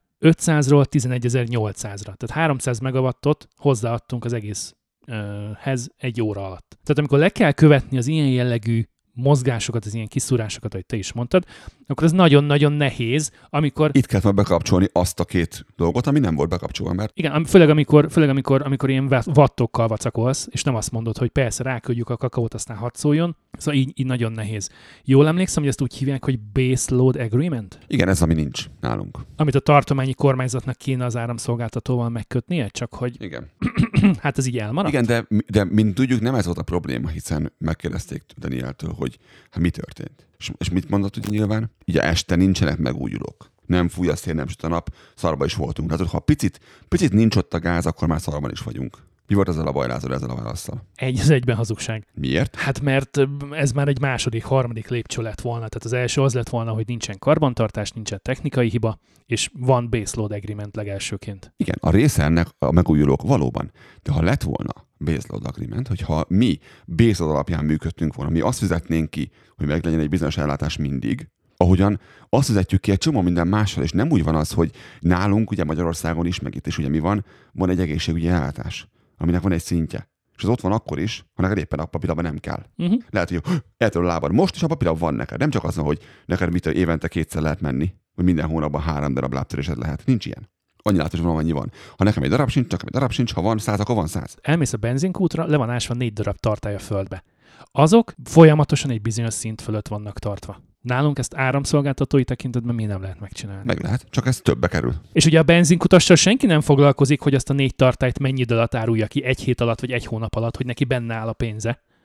[SPEAKER 2] 11.800-ra. Tehát 300 megawattot hozzáadtunk az egészhez 1 óra alatt. Tehát amikor le kell követni az ilyen jellegű mozgásokat, az ilyen kiszúrásokat, ahogy te is mondtad, akkor ez nagyon-nagyon nehéz, amikor...
[SPEAKER 1] Itt kellett már bekapcsolni azt a 2 dolgot, ami nem volt bekapcsolva, mert...
[SPEAKER 2] Igen, főleg amikor ilyen wattokkal vacakolsz, és nem azt mondod, hogy persze ráküldjük a kakaót, aztán hadd szóljon. Szóval így nagyon nehéz. Jól emlékszem, hogy ezt úgy hívják, hogy Base Load Agreement?
[SPEAKER 1] Igen, ez ami nincs nálunk.
[SPEAKER 2] Amit a tartományi kormányzatnak kéne az áramszolgáltatóval megkötnie, csak hogy...
[SPEAKER 1] Igen.
[SPEAKER 2] Hát ez így elmaradt?
[SPEAKER 1] Igen, de mint tudjuk, nem ez volt a probléma, hiszen megkérdezték Danieltől, hogy hát mi történt. És mit mondott ugye nyilván? Ugye este nincsenek megújulók. Nem fúj a szél, nem süt a nap, szarba is voltunk. Tehát ha picit nincs ott a gáz, akkor már szarban is vagyunk. Mi volt ezzel a baj, Lázaro, ezzel a válasszal?
[SPEAKER 2] Az egyben hazugság.
[SPEAKER 1] Miért?
[SPEAKER 2] Hát mert ez már egy második, harmadik lépcső lett volna. Tehát az első az lett volna, hogy nincsen karbantartás, nincsen technikai hiba, és van baseload agreement legelsőként.
[SPEAKER 1] Igen, a része ennek a megújulók valóban. De ha lett volna baseload agreement, hogyha mi baseload alapján működtünk volna, mi azt fizetnénk ki, hogy meglegyen egy bizonyos ellátás mindig, ahogyan azt fizetjük ki egy csomó minden mással, és nem úgy van az, hogy nálunk, ugye Magyarországon is, meg itt is ugye mi van egy egészségügyi ellátás, aminek van egy szintje. És az ott van akkor is, ha neked éppen a papírban nem kell. Lehet, hogy eltől a lábad most, és a papírban van neked. Nem csak az, hogy neked évente 2-szer lehet menni, hogy minden hónapban 3 darab lábtörésed lehet. Nincs ilyen. Annyi látás van, amennyi van. Ha nekem egy darab sincs, csak egy darab sincs, ha van 100, akkor van 100.
[SPEAKER 2] Elmész a benzinkútra, le van ásva 4 darab tartály a földbe. Azok folyamatosan egy bizonyos szint fölött vannak tartva. Nálunk ezt áramszolgáltatói tekintetben mi nem lehet megcsinálni.
[SPEAKER 1] Meg lehet, csak ez többbe kerül.
[SPEAKER 2] És ugye a benzinkutassal senki nem foglalkozik, hogy azt a 4 tartályt mennyi idő alatt árulja ki, 1 hét alatt vagy 1 hónap alatt, hogy neki benne áll a pénze.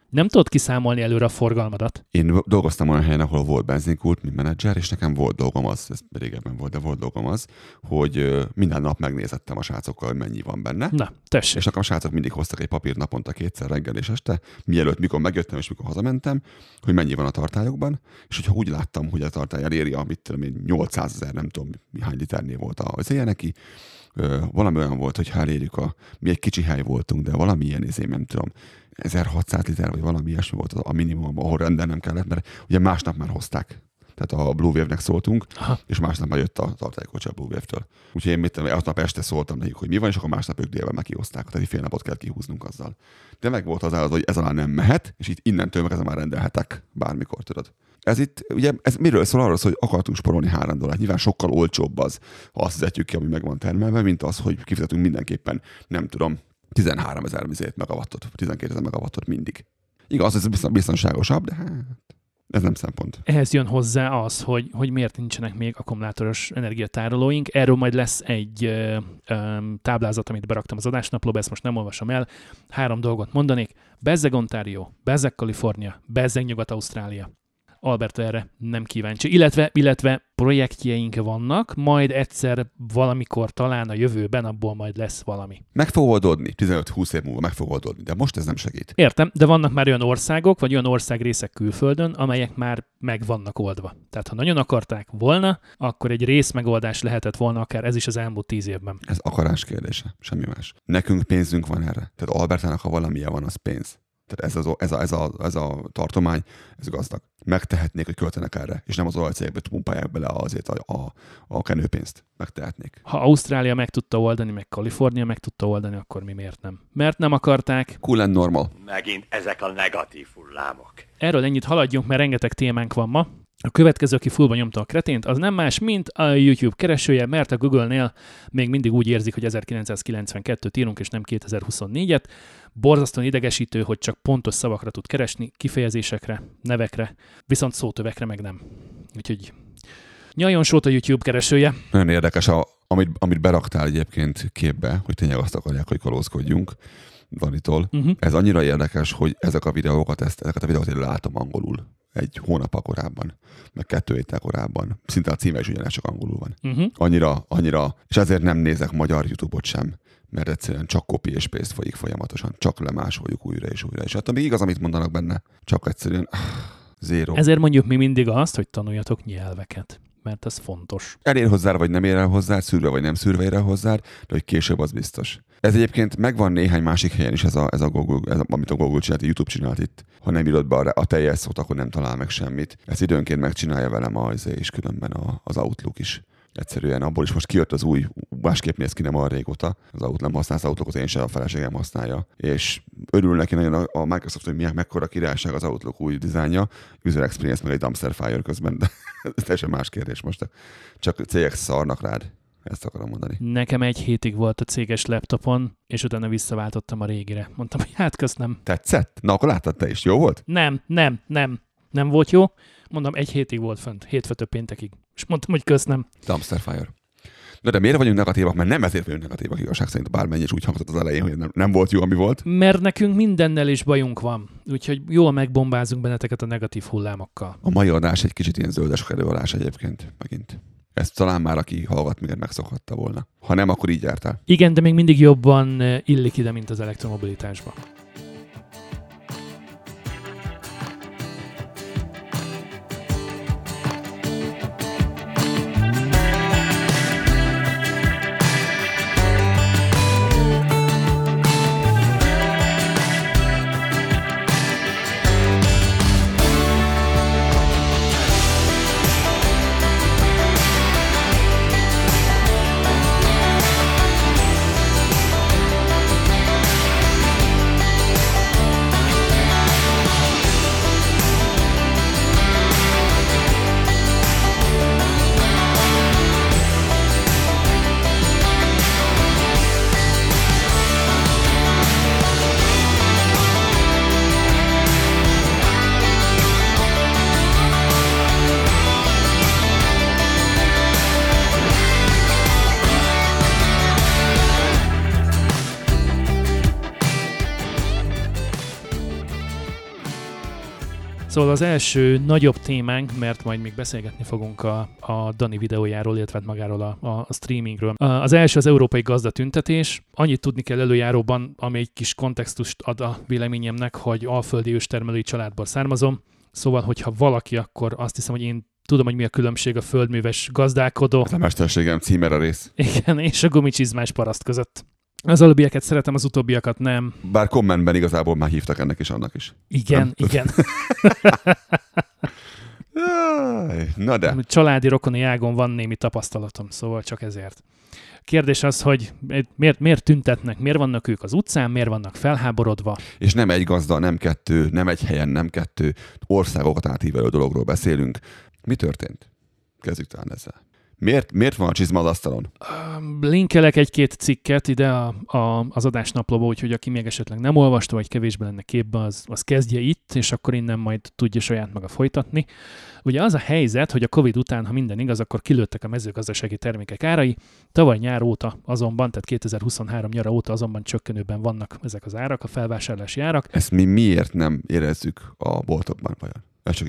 [SPEAKER 2] Nem tudod kiszámolni előre a forgalmadat.
[SPEAKER 1] Én dolgoztam olyan helyen, ahol volt benzinkult, mint menedzser, és nekem volt dolgom az, ez régebben volt, de volt dolgom az, hogy minden nap megnézettem a srácokkal, hogy mennyi van benne.
[SPEAKER 2] Na, tessék.
[SPEAKER 1] És nekem a srácok mindig hoztak egy papírt naponta 2-szer reggel és este, mielőtt mikor megjöttem és mikor hazamentem, hogy mennyi van a tartályokban, és hogyha úgy láttam, hogy a tartály eléri a 800 000, nem tudom, hány liternél volt az éjjel neki, valami olyan volt, hogy ha elérjük mi egy kicsi hely voltunk, de valami ilyen nem tudom, 1600 liter, vagy valami ilyesmi volt a minimum, ahol rendelnem kellett, mert ugye másnap már hozták. Tehát a Blue Wave-nek szóltunk,
[SPEAKER 2] Aha.
[SPEAKER 1] és másnap már jött a tartálykocsi a Blue Wave-től. Úgyhogy én aznap este szóltam nekik, hogy mi van, és akkor másnap ők délben megkihozták. Tehát fél napot kell kihúznunk azzal. De meg volt az, hogy ez alá nem mehet, és itt innentől meg ezen már rendelhetek bármikor, tudod. Ez miről szól? Arról szól, hogy akartunk sporolni $3. Nyilván sokkal olcsóbb az, ha azt fizetjük ki, ami meg van termelve, mint az, hogy kifizetünk mindenképpen, nem tudom, 13 000 megawattot, 12 000 megawattot mindig. Igaz, ez biztonságosabb, de hát ez nem szempont.
[SPEAKER 2] Ehhez jön hozzá az, hogy miért nincsenek még akkumulátoros energiatárolóink. Erről majd lesz egy táblázat, amit beraktam az adásnaplóba, ezt most nem olvasom el. 3 dolgot mondanék. Bezzeg Ontario, bezzeg Kalifornia, bezzeg Nyugat-Ausztrália. Alberta erre nem kíváncsi. Illetve projektjeink vannak, majd egyszer valamikor talán a jövőben abból majd lesz valami.
[SPEAKER 1] Meg fog oldódni, 15-20 év múlva meg fog oldódni, de most ez nem segít.
[SPEAKER 2] Értem, de vannak már olyan országok, vagy olyan országrészek külföldön, amelyek már meg vannak oldva. Tehát ha nagyon akarták volna, akkor egy részmegoldás lehetett volna akár ez is az elmúlt 10 évben.
[SPEAKER 1] Ez akarás kérdése, semmi más. Nekünk pénzünk van erre. Tehát Albertának, ha valamilyen van, az pénz. Tehát ez a tartomány, ez gazdag. Megtehetnék, hogy költenek erre, és nem az olajcégekbe pumpálják bele azért a kenőpénzt. Megtehetnék.
[SPEAKER 2] Ha Ausztrália meg tudta oldani, meg Kalifornia meg tudta oldani, akkor mi miért nem? Mert nem akarták.
[SPEAKER 1] Cool and normal.
[SPEAKER 4] Megint ezek a negatív hullámok.
[SPEAKER 2] Erről ennyit haladjunk, mert rengeteg témánk van ma. A következő, aki fullba nyomta a kretént, az nem más, mint a YouTube keresője, mert a Google-nél még mindig úgy érzik, hogy 1992-t írunk, és nem 2024-et. Borzasztóan idegesítő, hogy csak pontos szavakra tud keresni, kifejezésekre, nevekre, viszont szótövekre meg nem. Úgyhogy nyaljon sót a YouTube keresője.
[SPEAKER 1] Nagyon érdekes, amit beraktál egyébként képbe, hogy tényleg azt akarják, hogy kalózkodjunk Danitól. Ez annyira érdekes, hogy ezeket a videókat én látom angolul. 1 hónappal korábban, meg 2 héttel korábban. Szinte a címe is ugyanaz, csak angolul van. Annyira, és ezért nem nézek magyar YouTube-ot sem, mert egyszerűen csak copy és paste folyik folyamatosan, csak lemásoljuk újra és újra. És hát még igaz, amit mondanak benne, csak egyszerűen zéro.
[SPEAKER 2] Ezért mondjuk mi mindig azt, hogy tanuljatok nyelveket, mert ez fontos.
[SPEAKER 1] Elér hozzá, vagy nem ér el hozzá, szűrve vagy nem szűrve ér el hozzá, de hogy később az biztos. Ez egyébként megvan néhány másik helyen is, ez a Google, amit a Google csinált, a YouTube csinált itt. Ha nem írod be a teljes szót, akkor nem talál meg semmit. Ezt időnként megcsinálja velem és különben az Outlook is. Egyszerűen abból is most kijött az új, másképp néz ki, nem olyan régóta. Az Outlook nem használ, az Outlookot én sem, a feleségem használja. És örül neki nagyon a Microsoft, hogy mekkora királyság az Outlook új dizájnja. User Experience meg egy dumpster fire közben, de ez teljesen más kérdés most. Csak cégek szarnak rád. Ezt akarom mondani.
[SPEAKER 2] Nekem 1 hétig volt a céges laptopon, és utána visszaváltottam a régire. Mondtam, hogy hát köszönöm.
[SPEAKER 1] Tetszett? Na, akkor láttad te is. Jó volt?
[SPEAKER 2] Nem volt jó. Mondom, 1 hétig volt fönt, hétfőtől péntekig. És mondtam, hogy köszönöm.
[SPEAKER 1] Dumpster fire. De miért vagyunk negatívak? Mert nem ezért vagyunk negatívak, igazság szerint, bármennyi is úgy hangzott az elején, hogy nem volt jó, ami volt.
[SPEAKER 2] Mert nekünk mindennel is bajunk van. Úgyhogy jól megbombázunk benneteket a negatív hullámokkal.
[SPEAKER 1] A mai adás egy kicsit ilyen zöldes előadás egyébként, megint. Ezt talán már aki hallgat, még megszokhatta volna. Ha nem, akkor így jártál.
[SPEAKER 2] Igen, de még mindig jobban illik ide, mint az elektromobilitásba. Szóval az első nagyobb témánk, mert majd még beszélgetni fogunk a Dani videójáról, illetve magáról a streamingről. Az első az európai gazdatüntetés. Annyit tudni kell előjáróban, ami egy kis kontextust ad a véleményemnek, hogy alföldi őstermelői családból származom. Szóval, hogyha valaki, akkor azt hiszem, hogy én tudom, hogy mi a különbség a földműves gazdálkodó.
[SPEAKER 1] Ez a mesterségem címer a rész.
[SPEAKER 2] Igen, és a gumicsizmás paraszt között. Az előbbieket szeretem, az utóbbiakat nem.
[SPEAKER 1] Bár kommentben igazából már hívtak ennek is, annak is.
[SPEAKER 2] Igen,
[SPEAKER 1] nem?
[SPEAKER 2] Igen.
[SPEAKER 1] Na de.
[SPEAKER 2] Családi rokoni ágon van némi tapasztalatom, szóval csak ezért. Kérdés az, hogy miért tüntetnek, miért vannak ők az utcán, miért vannak felháborodva.
[SPEAKER 1] És nem egy gazda, nem kettő, nem egy helyen, nem kettő, országokat átívelő dologról beszélünk. Mi történt? Kezdjük talán ezzel. Miért van a csizma az asztalon?
[SPEAKER 2] Linkelek egy-két cikket ide az adásnaplóba, úgyhogy aki még esetleg nem olvasta, vagy kevésbé lenne képbe, az kezdje itt, és akkor innen majd tudja saját maga folytatni. Ugye az a helyzet, hogy a Covid után, ha minden igaz, akkor kilőttek a mezőgazdasági termékek árai. Tavaly nyár óta azonban, tehát 2023 nyara óta azonban csökkenőben vannak ezek az árak, a felvásárlási árak.
[SPEAKER 1] Ezt mi miért nem érezzük a boltokban vajon?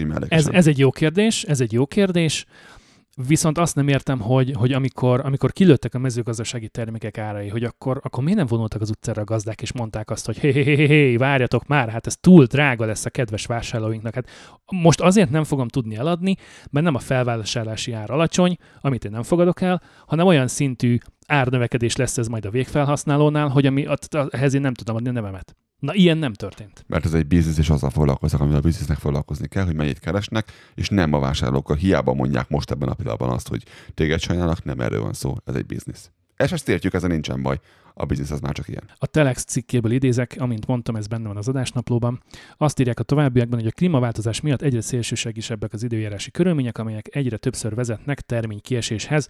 [SPEAKER 2] Ez egy jó kérdés. Viszont azt nem értem, hogy amikor kilőttek a mezőgazdasági termékek árai, hogy akkor miért nem vonultak az utcára a gazdák, és mondták azt, hogy hé, várjatok már, hát ez túl drága lesz a kedves vásárlóinknak. Hát most azért nem fogom tudni eladni, mert nem a felvásárlási ár alacsony, amit én nem fogadok el, hanem olyan szintű árnövekedés lesz ez majd a végfelhasználónál, hogy ehhez én nem tudom adni a nevemet. Na, ilyen nem történt.
[SPEAKER 1] Mert ez egy biznisz, és azzal foglalkoznak, amivel a biznisznek foglalkozni kell, hogy mennyit keresnek, és nem a vásárlókkal. Hiába mondják most ebben a pillanatban azt, hogy téged sajnálnak, nem erről van szó, ez egy biznisz. Ezt értjük, ezen nincsen baj. A biznisz az már csak ilyen.
[SPEAKER 2] A Telex cikkéből idézek, amint mondtam, ez benne van az adásnaplóban. Azt írják a továbbiakban, hogy a klímaváltozás miatt egyre szélsőségesebbek az időjárási körülmények, amelyek egyre többször vezetnek terménykieséshez.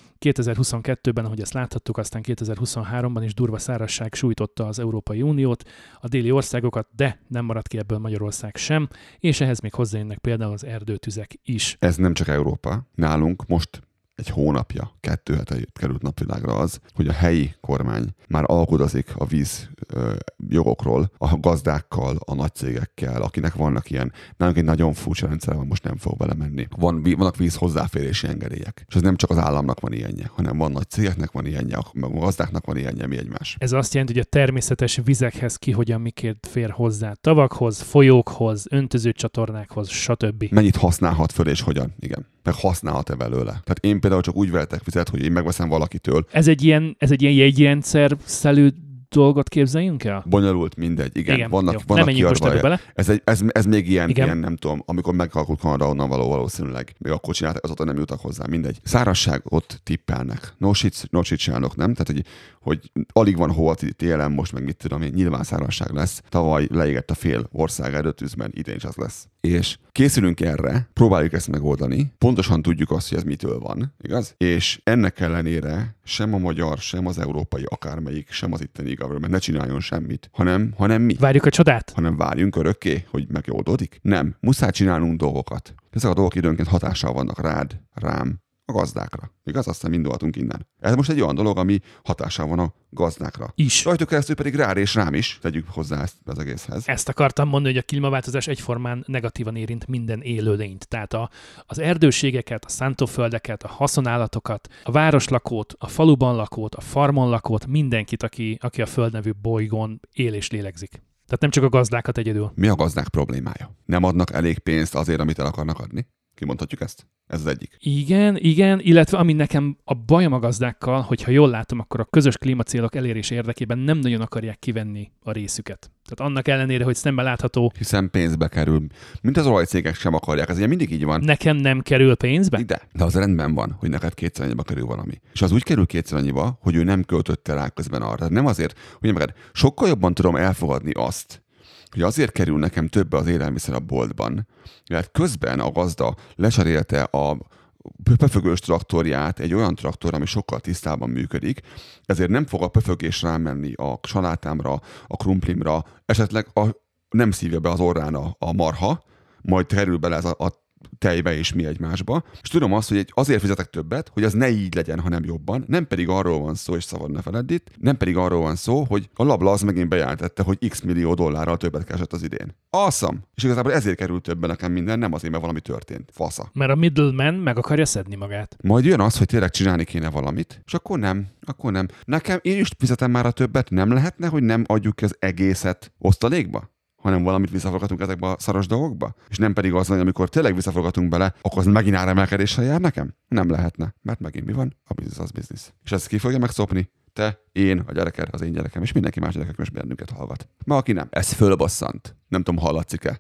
[SPEAKER 2] 2022-ben, ahogy ezt láthattuk, aztán 2023-ban is durva szárazság sújtotta az Európai Uniót, a déli országokat, de nem maradt ki ebből Magyarország sem, és ehhez még hozzájönnek például az erdőtüzek is.
[SPEAKER 1] Ez nem csak Európa. Nálunk most egy hónapja, 2 hete került napvilágra az, hogy a helyi kormány már alkudozik a víz jogokról, a gazdákkal, a nagycégekkel, akinek vannak ilyen. Nálunk egy nagyon furcsa rendszer van, most nem fog belemenni. Vannak víz hozzáférési engedélyek. És ez nem csak az államnak van ilyenje, hanem van nagy cégeknek van ilyenje, a gazdáknak van ilyenje, mi egymás.
[SPEAKER 2] Ez azt jelenti, hogy a természetes vizekhez ki hogyan miként fér hozzá. Tavakhoz, folyókhoz, öntözőcsatornákhoz, stb. Mennyit
[SPEAKER 1] használhat föl és hogyan? Igen. Meg használhat-e belőle? Tehát én például csak úgy vehetek vizet, hogy én megveszem valakitől.
[SPEAKER 2] Ez egy ilyen jegyrendszer szelő dolgot képzeljünk el?
[SPEAKER 1] Bonyolult, mindegy. Igen. Vannak
[SPEAKER 2] kiadva. Bele.
[SPEAKER 1] Ez még ilyen, nem tudom, amikor meghalkult Kanada, onnan valószínűleg. Még akkor csinálták, azóta nem jutak hozzá, mindegy. Szárazságot tippelnek. Nosítsálnak, nem? Tehát, hogy alig van hol télen most, meg mit tudom én, nyilván szárazság lesz. Tavaly leégett a fél ország erdőtűzben, idén is az lesz. És készülünk erre, próbáljuk ezt megoldani. Pontosan tudjuk azt, hogy ez mitől van, igaz? És ennek ellenére sem a magyar, sem az európai, akármelyik, sem az itteni government ne csináljon semmit, hanem mi?
[SPEAKER 2] Várjuk a csodát?
[SPEAKER 1] Hanem várjunk örökké, hogy megoldódik? Nem. Muszáj csinálnunk dolgokat. Ezek a dolgok időnként hatással vannak rád, rám, a gazdákra. Igaz? Aztán indulhatunk innen. Ez most egy olyan dolog, ami hatással van a gazdákra.
[SPEAKER 2] Is.
[SPEAKER 1] Rajtuk keresztül pedig rád és rám is. Tegyük hozzá ezt az egészhez.
[SPEAKER 2] Ezt akartam mondani, hogy a klímaváltozás egyformán negatívan érint minden élőlényt. Tehát az erdőségeket, a szántóföldeket, a haszonállatokat, a városlakót, a faluban lakót, a farmon lakót, mindenkit, aki a Föld nevű bolygón él és lélegzik. Tehát nem csak a gazdákat egyedül.
[SPEAKER 1] Mi a gazdák problémája? Nem adnak elég pénzt azért, amit el akarnak adni? Kimondhatjuk ezt? Ez az egyik.
[SPEAKER 2] Igen, illetve ami nekem a bajom a gazdákkal, hogyha jól látom, akkor a közös klímacélok elérés érdekében nem nagyon akarják kivenni a részüket. Tehát annak ellenére, hogy szemben látható...
[SPEAKER 1] Hiszen pénzbe kerül. Mint az olajcégek sem akarják, ez ugye mindig így van.
[SPEAKER 2] Nekem nem kerül pénzbe?
[SPEAKER 1] De az rendben van, hogy neked kétszer annyiba kerül valami. És az úgy kerül kétszer annyiba, hogy ő nem költötte rá közben arra. Tehát nem azért, hogy neked sokkal jobban tudom elfogadni azt, hogy azért kerül nekem többe az élelmiszer a boltban, mert közben a gazda lecserélte a pöfögős traktorját egy olyan traktor, ami sokkal tisztában működik, ezért nem fog a pöfögés rámenni a salátámra, a krumplimra, esetleg nem szívja be az orrán a marha, majd kerül bele ez a tejbe és mi egymásba, és tudom azt, hogy azért fizetek többet, hogy az ne így legyen, hanem jobban, nem pedig arról van szó, és szabad ne feledd itt, nem pedig arról van szó, hogy a Labla az megint bejelentette, hogy x millió dollárral többet keresett az idén. Awesome! És igazából ezért került többen nekem minden, nem azért, mert valami történt. Fasza.
[SPEAKER 2] Mert a middleman meg akarja szedni magát.
[SPEAKER 1] Majd jön az, hogy tényleg csinálni kéne valamit, és akkor nem. Nekem én is fizetem már a többet, nem lehetne, hogy nem adjuk ki az egészet osztalékba? Hanem valamit visszaforgatunk ezekbe a szaros dolgokba? És nem pedig az, hogy amikor tényleg visszaforgatunk bele, akkor az megint áremelkedéssel jár nekem? Nem lehetne. Mert megint mi van? A biznisz az biznisz. És ezt ki fogja megszopni? Te, én, a gyereked, az én gyerekem, és mindenki más gyerekek most bennünket hallgat. Ma aki nem. Ez fölbosszant. Nem tudom, hallatszik-e?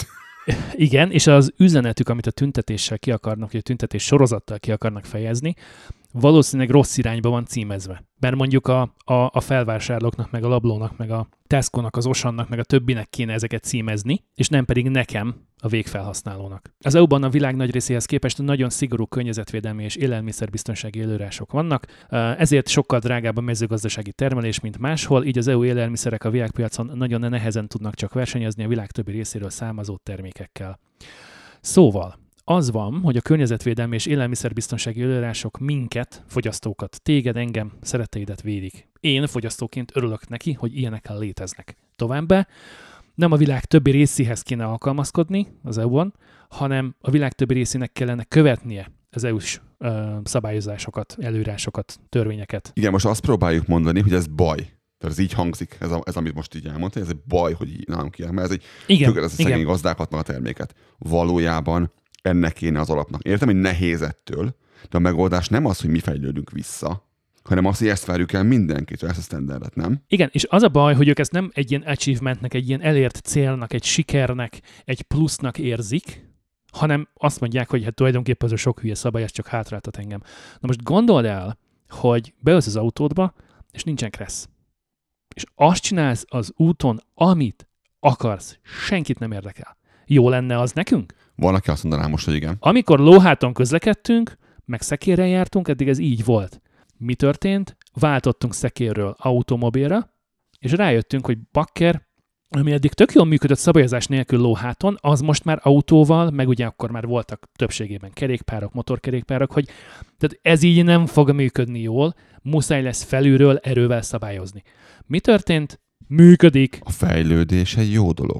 [SPEAKER 2] Igen, és az üzenetük, amit a tüntetéssel ki akarnak, vagy a tüntetés sorozattal ki akarnak fejezni, valószínűleg rossz irányba van címezve. Mert mondjuk a felvásárlóknak, meg a Lablónak, meg a Tesco-nak, az Osannak, meg a többinek kéne ezeket címezni, és nem pedig nekem, a végfelhasználónak. Az EU-ban a világ nagy részéhez képest nagyon szigorú környezetvédelmi és élelmiszerbiztonsági előírások vannak, ezért sokkal drágább a mezőgazdasági termelés, mint máshol, így az EU élelmiszerek a világpiacon nagyon nehezen tudnak csak versenyezni a világ többi részéről származó termékekkel. Szóval, az van, hogy a környezetvédelmi és élelmiszerbiztonsági előírások minket, fogyasztókat, téged, engem, szeretteidet védik. Én fogyasztóként örülök neki, hogy ilyenekkel léteznek. Továbbá nem a világ többi részéhez kéne alkalmazkodni az EU-ban, hanem a világ többi részének kellene követnie az EU-s szabályozásokat, előírásokat, törvényeket.
[SPEAKER 1] Igen, most azt próbáljuk mondani, hogy ez baj. Tehát ez így hangzik, ez amit most így elmondta, ez egy baj, hogy így nálunk ilyen, mert ez egy tökéletes szegény gazdálkodnak a terméket. Valójában ennek kéne az alapnak. Értem, hogy nehéz ettől, de a megoldás nem az, hogy mi fejlődünk vissza, hanem az, hogy ezt várjuk el mindenkitől, ezt a standardet, nem?
[SPEAKER 2] Igen, és az a baj, hogy ők ezt nem egy ilyen achievementnek, egy ilyen elért célnak, egy sikernek, egy plusznak érzik, hanem azt mondják, hogy hát tulajdonképpen ez a sok hülye szabály, ez csak hátráltat engem. Na most gondold el, hogy beülsz az autódba, és nincsen kressz. És azt csinálsz az úton, amit akarsz. Senkit nem érdekel. Jó lenne az nekünk?
[SPEAKER 1] Van, aki azt mondaná most, hogy igen.
[SPEAKER 2] Amikor lóháton közlekedtünk, meg szekérrel jártunk, eddig ez így volt. Mi történt? Váltottunk szekérről automobilra, és rájöttünk, hogy bakker, ami eddig tök jól működött szabályozás nélkül lóháton, az most már autóval, meg ugye akkor már voltak többségében kerékpárok, motorkerékpárok, hogy tehát ez így nem fog működni jól, muszáj lesz felülről erővel szabályozni. Mi történt? Működik.
[SPEAKER 1] A fejlődés egy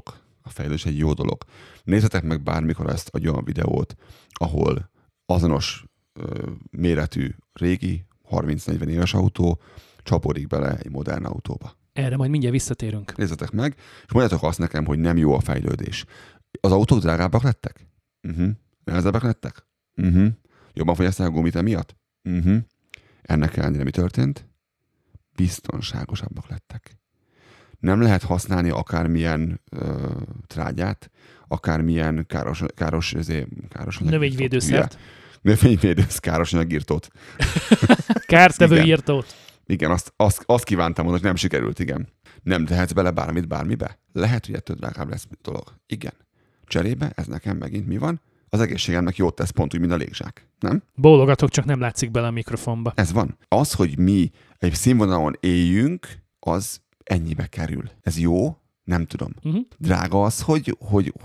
[SPEAKER 1] jó dolog. Nézzetek meg bármikor ezt egy olyan videót, ahol azonos méretű régi 30-40 éves autó csapódik bele egy modern autóba.
[SPEAKER 2] Erre majd mindjárt visszatérünk.
[SPEAKER 1] Nézzetek meg, és mondjátok azt nekem, hogy nem jó a fejlődés. Az autók drágábbak lettek? Nehezebbek lettek? Jobban fogyasztják a gumit emiatt? Ennek ellenére mi történt? Biztonságosabbak lettek. Nem lehet használni akármilyen trágyát, akármilyen káros
[SPEAKER 2] növényvédőszert.
[SPEAKER 1] Káros anyagírtót.
[SPEAKER 2] Kártevő írtót.
[SPEAKER 1] Igen, azt kívántam mondani, hogy nem sikerült, igen. Nem tehetsz bele bármit bármibe? Lehet, hogy ettől drágább lesz a dolog. Igen. Cserébe ez nekem megint mi van? Az egészségemnek jót tesz, pont úgy, mint a légzsák. Nem?
[SPEAKER 2] Bólogatok, csak nem látszik bele a mikrofonba.
[SPEAKER 1] Ez van. Az, hogy mi egy színvonalon éljünk, az ennyibe kerül. Ez jó? Nem tudom. Drága az, hogy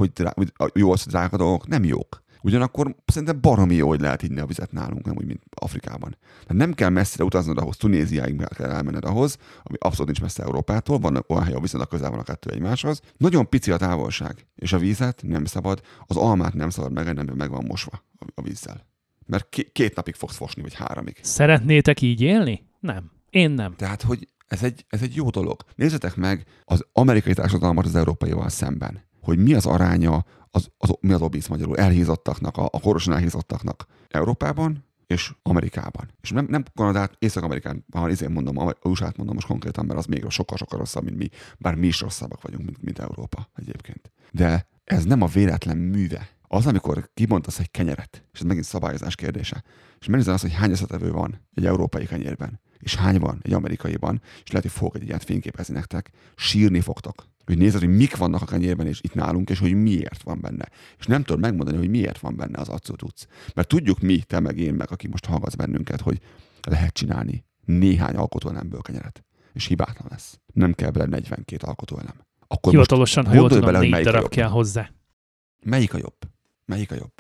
[SPEAKER 1] jó az, hogy drága dolgok nem jók. Ugyanakkor szerintem baromi jó, hogy lehet hinni a vizet nálunk, nem úgy, mint Afrikában. Tehát nem kell messzire utaznod ahhoz, Tunéziáig kell elmenned ahhoz, ami abszolút nincs messze Európától, van olyan hely, ahol viszonylag közel van a kettő egymáshoz. Nagyon pici a távolság, és a vízet nem szabad, az almát nem szabad megenni, mert meg van mosva a vízzel. Mert 2 napig fogsz fosni, vagy 3.
[SPEAKER 2] Szeretnétek így élni? Nem. Én nem.
[SPEAKER 1] Tehát, hogy ez egy jó dolog. Nézzetek meg az amerikai társadalmat az európaival szemben, hogy mi az aránya mi az obész magyarul, elhízottaknak, a korosan elhízottaknak Európában és Amerikában. És nem Kanadát, Észak-Amerikán, mondom, USA-t mondom most konkrétan, mert az még sokkal-sokkal rosszabb, mint mi, bár mi is rosszabbak vagyunk, mint Európa egyébként. De ez nem a véletlen műve. Az, amikor kibontasz egy kenyeret, és ez megint szabályozás kérdése, és megnézed azt, hogy hány összetevő van egy európai kenyérben, és hány van egy amerikaiban, és lehet, hogy fogok egy ilyet fényképezni nektek, sírni fogtok. Hogy nézed, hogy mik vannak a kenyérben, és itt nálunk, és hogy miért van benne. És nem tudod megmondani, hogy miért van benne az accutuc. Mert tudjuk mi, te meg én, meg aki most hallgatsz bennünket, hogy lehet csinálni néhány alkotóelemből kenyeret. És hibátlan lesz. Nem kell bele 42 alkotóelem. Akkor
[SPEAKER 2] hivatalosan, ha jól tudom,
[SPEAKER 1] bele,
[SPEAKER 2] 4 darab kell hozzá.
[SPEAKER 1] Melyik a jobb?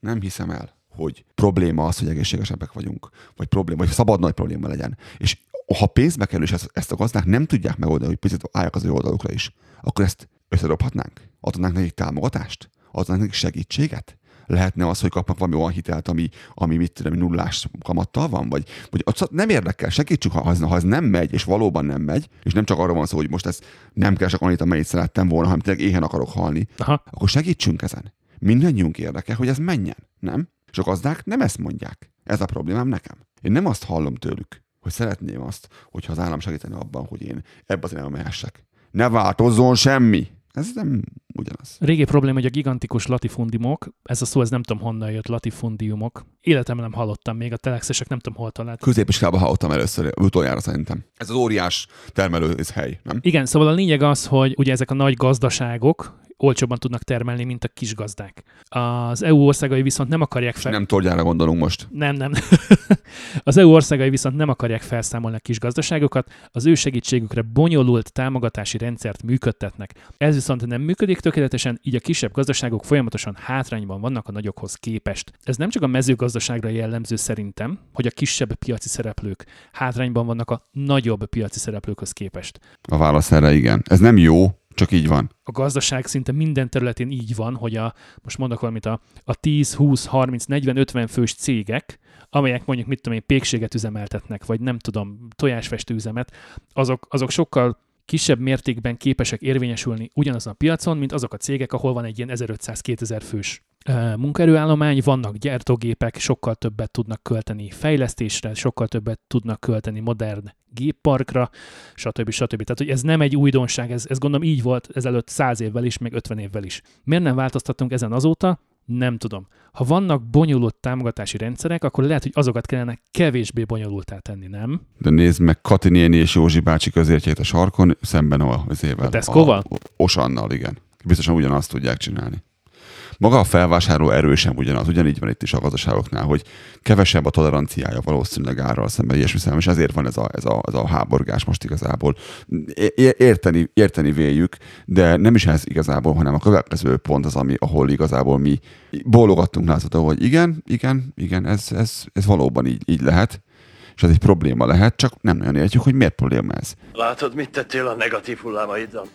[SPEAKER 1] Nem hiszem el, hogy probléma az, hogy egészségesebbek vagyunk, vagy szabad nagy probléma legyen. És ha pénzbe kerül, és ezt a gazdák nem tudják megoldani, hogy picit állják az ő oldalukra is, akkor ezt összedobhatnánk? Adnánk nekik támogatást? Adnánk nekik segítséget? Lehetne az, hogy kapnak valami olyan hitelt, ami mit tudom, nullás kamattal van? Vagy nem érdekel, segítsük, ha az nem megy, és valóban nem megy, és nem csak arra van szó, hogy most ez nem kell csak annyit, amennyit szerettem volna, hanem tényleg éhen akarok halni, akkor segítsünk ezen. Mindannyiunk érdekel, hogy ez menjen, nem? És a gazdák nem ezt mondják. Ez a problémám nekem. Én nem azt hallom tőlük, hogy szeretném azt, hogyha az állam segíteni abban, hogy én ebbe az irányba mehessek. Ne változzon semmi! Ez nem ugyanaz.
[SPEAKER 2] Régi probléma, hogy a gigantikus latifundimok, ez a szó, ez nem tudom honnan jött, latifundiumok. Életemben nem hallottam még, a telexesek nem tudom hol talált.
[SPEAKER 1] Középiskolában hallottam először, utoljára szerintem. Ez az óriás termelő hely, nem?
[SPEAKER 2] Igen, szóval a lényeg az, hogy ugye ezek a nagy gazdaságok olcsóbban tudnak termelni, mint a kis gazdák. Az EU országai viszont nem akarják
[SPEAKER 1] nem torgyára gondolunk most.
[SPEAKER 2] Nem. Az EU országai viszont nem akarják felszámolni a kis gazdaságokat, az ő segítségükre bonyolult támogatási rendszert működtetnek. Ez viszont nem működik tökéletesen, így a kisebb gazdaságok folyamatosan hátrányban vannak a nagyokhoz képest. Ez nem csak a mezőgazdaságra jellemző szerintem, hogy a kisebb piaci szereplők hátrányban vannak a nagyobb piaci szereplőkhöz képest.
[SPEAKER 1] A válasz erre igen. Ez nem jó, csak így van.
[SPEAKER 2] A gazdaság szinte minden területén így van, hogy most mondok valamit, a 10, 20, 30, 40, 50 fős cégek, amelyek mondjuk, mit tudom én, pékséget üzemeltetnek, vagy nem tudom, tojásfestő üzemet, azok sokkal kisebb mértékben képesek érvényesülni ugyanazon a piacon, mint azok a cégek, ahol van egy ilyen 1500-2000 fős munkaerőállomány, vannak gyártógépek, sokkal többet tudnak költeni fejlesztésre, sokkal többet tudnak költeni modern gépparkra, stb. Tehát, hogy ez nem egy újdonság, ez gondolom így volt ezelőtt 100 évvel is, meg 50 évvel is. Miért nem változtattunk ezen azóta? Nem tudom. Ha vannak bonyolult támogatási rendszerek, akkor lehet, hogy azokat kellene kevésbé bonyolultá tenni, nem?
[SPEAKER 1] De nézd meg Kati néni és Józsi bácsi közértjét a sarkon, szemben a
[SPEAKER 2] Tesco-val?
[SPEAKER 1] Osannal, igen. Biztosan ugyanazt tudják csinálni. Maga a felvásárló erő sem ugyanígy van itt is a gazdaságoknál, hogy kevesebb a toleranciája valószínűleg árral szemben, ilyesmi szemben, és ezért van ez a háborgás most igazából. Érteni véljük, de nem is ez igazából, hanem a következő pont az, ahol igazából mi bólogattunk látható, hogy igen, ez valóban így lehet, és ez egy probléma lehet, csak nem nagyon értjük, hogy miért probléma ez.
[SPEAKER 4] Látod, mit tettél a negatív hullámaiddal?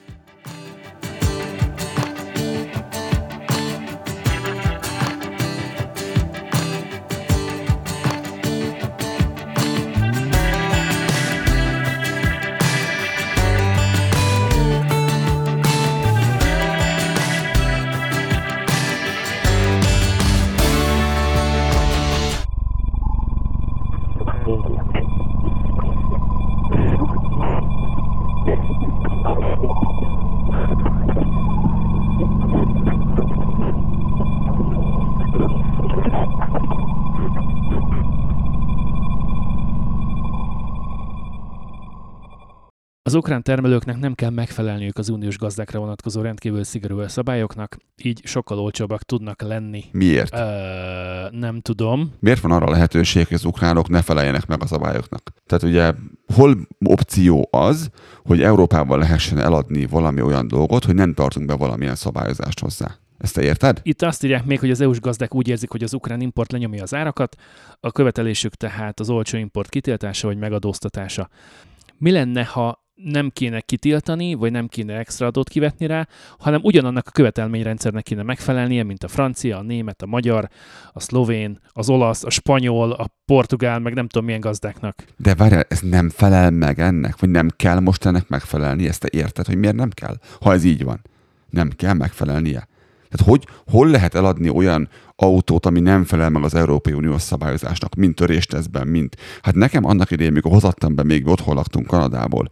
[SPEAKER 2] Az ukrán termelőknek nem kell megfelelniük az uniós gazdákra vonatkozó rendkívül szigorú szabályoknak, így sokkal olcsóbbak tudnak lenni.
[SPEAKER 1] Miért?
[SPEAKER 2] Nem tudom.
[SPEAKER 1] Miért van arra lehetőség, hogy az ukránok ne feleljenek meg a szabályoknak? Tehát ugye hol opció az, hogy Európában lehessen eladni valami olyan dolgot, hogy nem tartunk be valamilyen szabályozást hozzá? Ezt te érted?
[SPEAKER 2] Itt azt írják még, hogy az EU-s gazdák úgy érzik, hogy az ukrán import lenyomja az árakat, a követelésük tehát az olcsó import kitiltása vagy megadóztatása. Mi lenne, ha nem kéne kitiltani, vagy nem kéne extra adót kivetni rá, hanem ugyanannak a követelményrendszernek kéne megfelelnie, mint a francia, a német, a magyar, a szlovén, az olasz, a spanyol, a portugál, meg nem tudom milyen gazdáknak.
[SPEAKER 1] De várjál, ez nem felel meg ennek, vagy nem kell most ennek megfelelni? Ezt te érted, hogy miért nem kell? Ha ez így van, nem kell megfelelnie. Tehát hol lehet eladni olyan autót, ami nem felel meg az Európai Uniós szabályozásnak, mint töréstesztben, mint... Hát nekem annak idején, mikor hozattam be, még otthon laktunk Kanadából,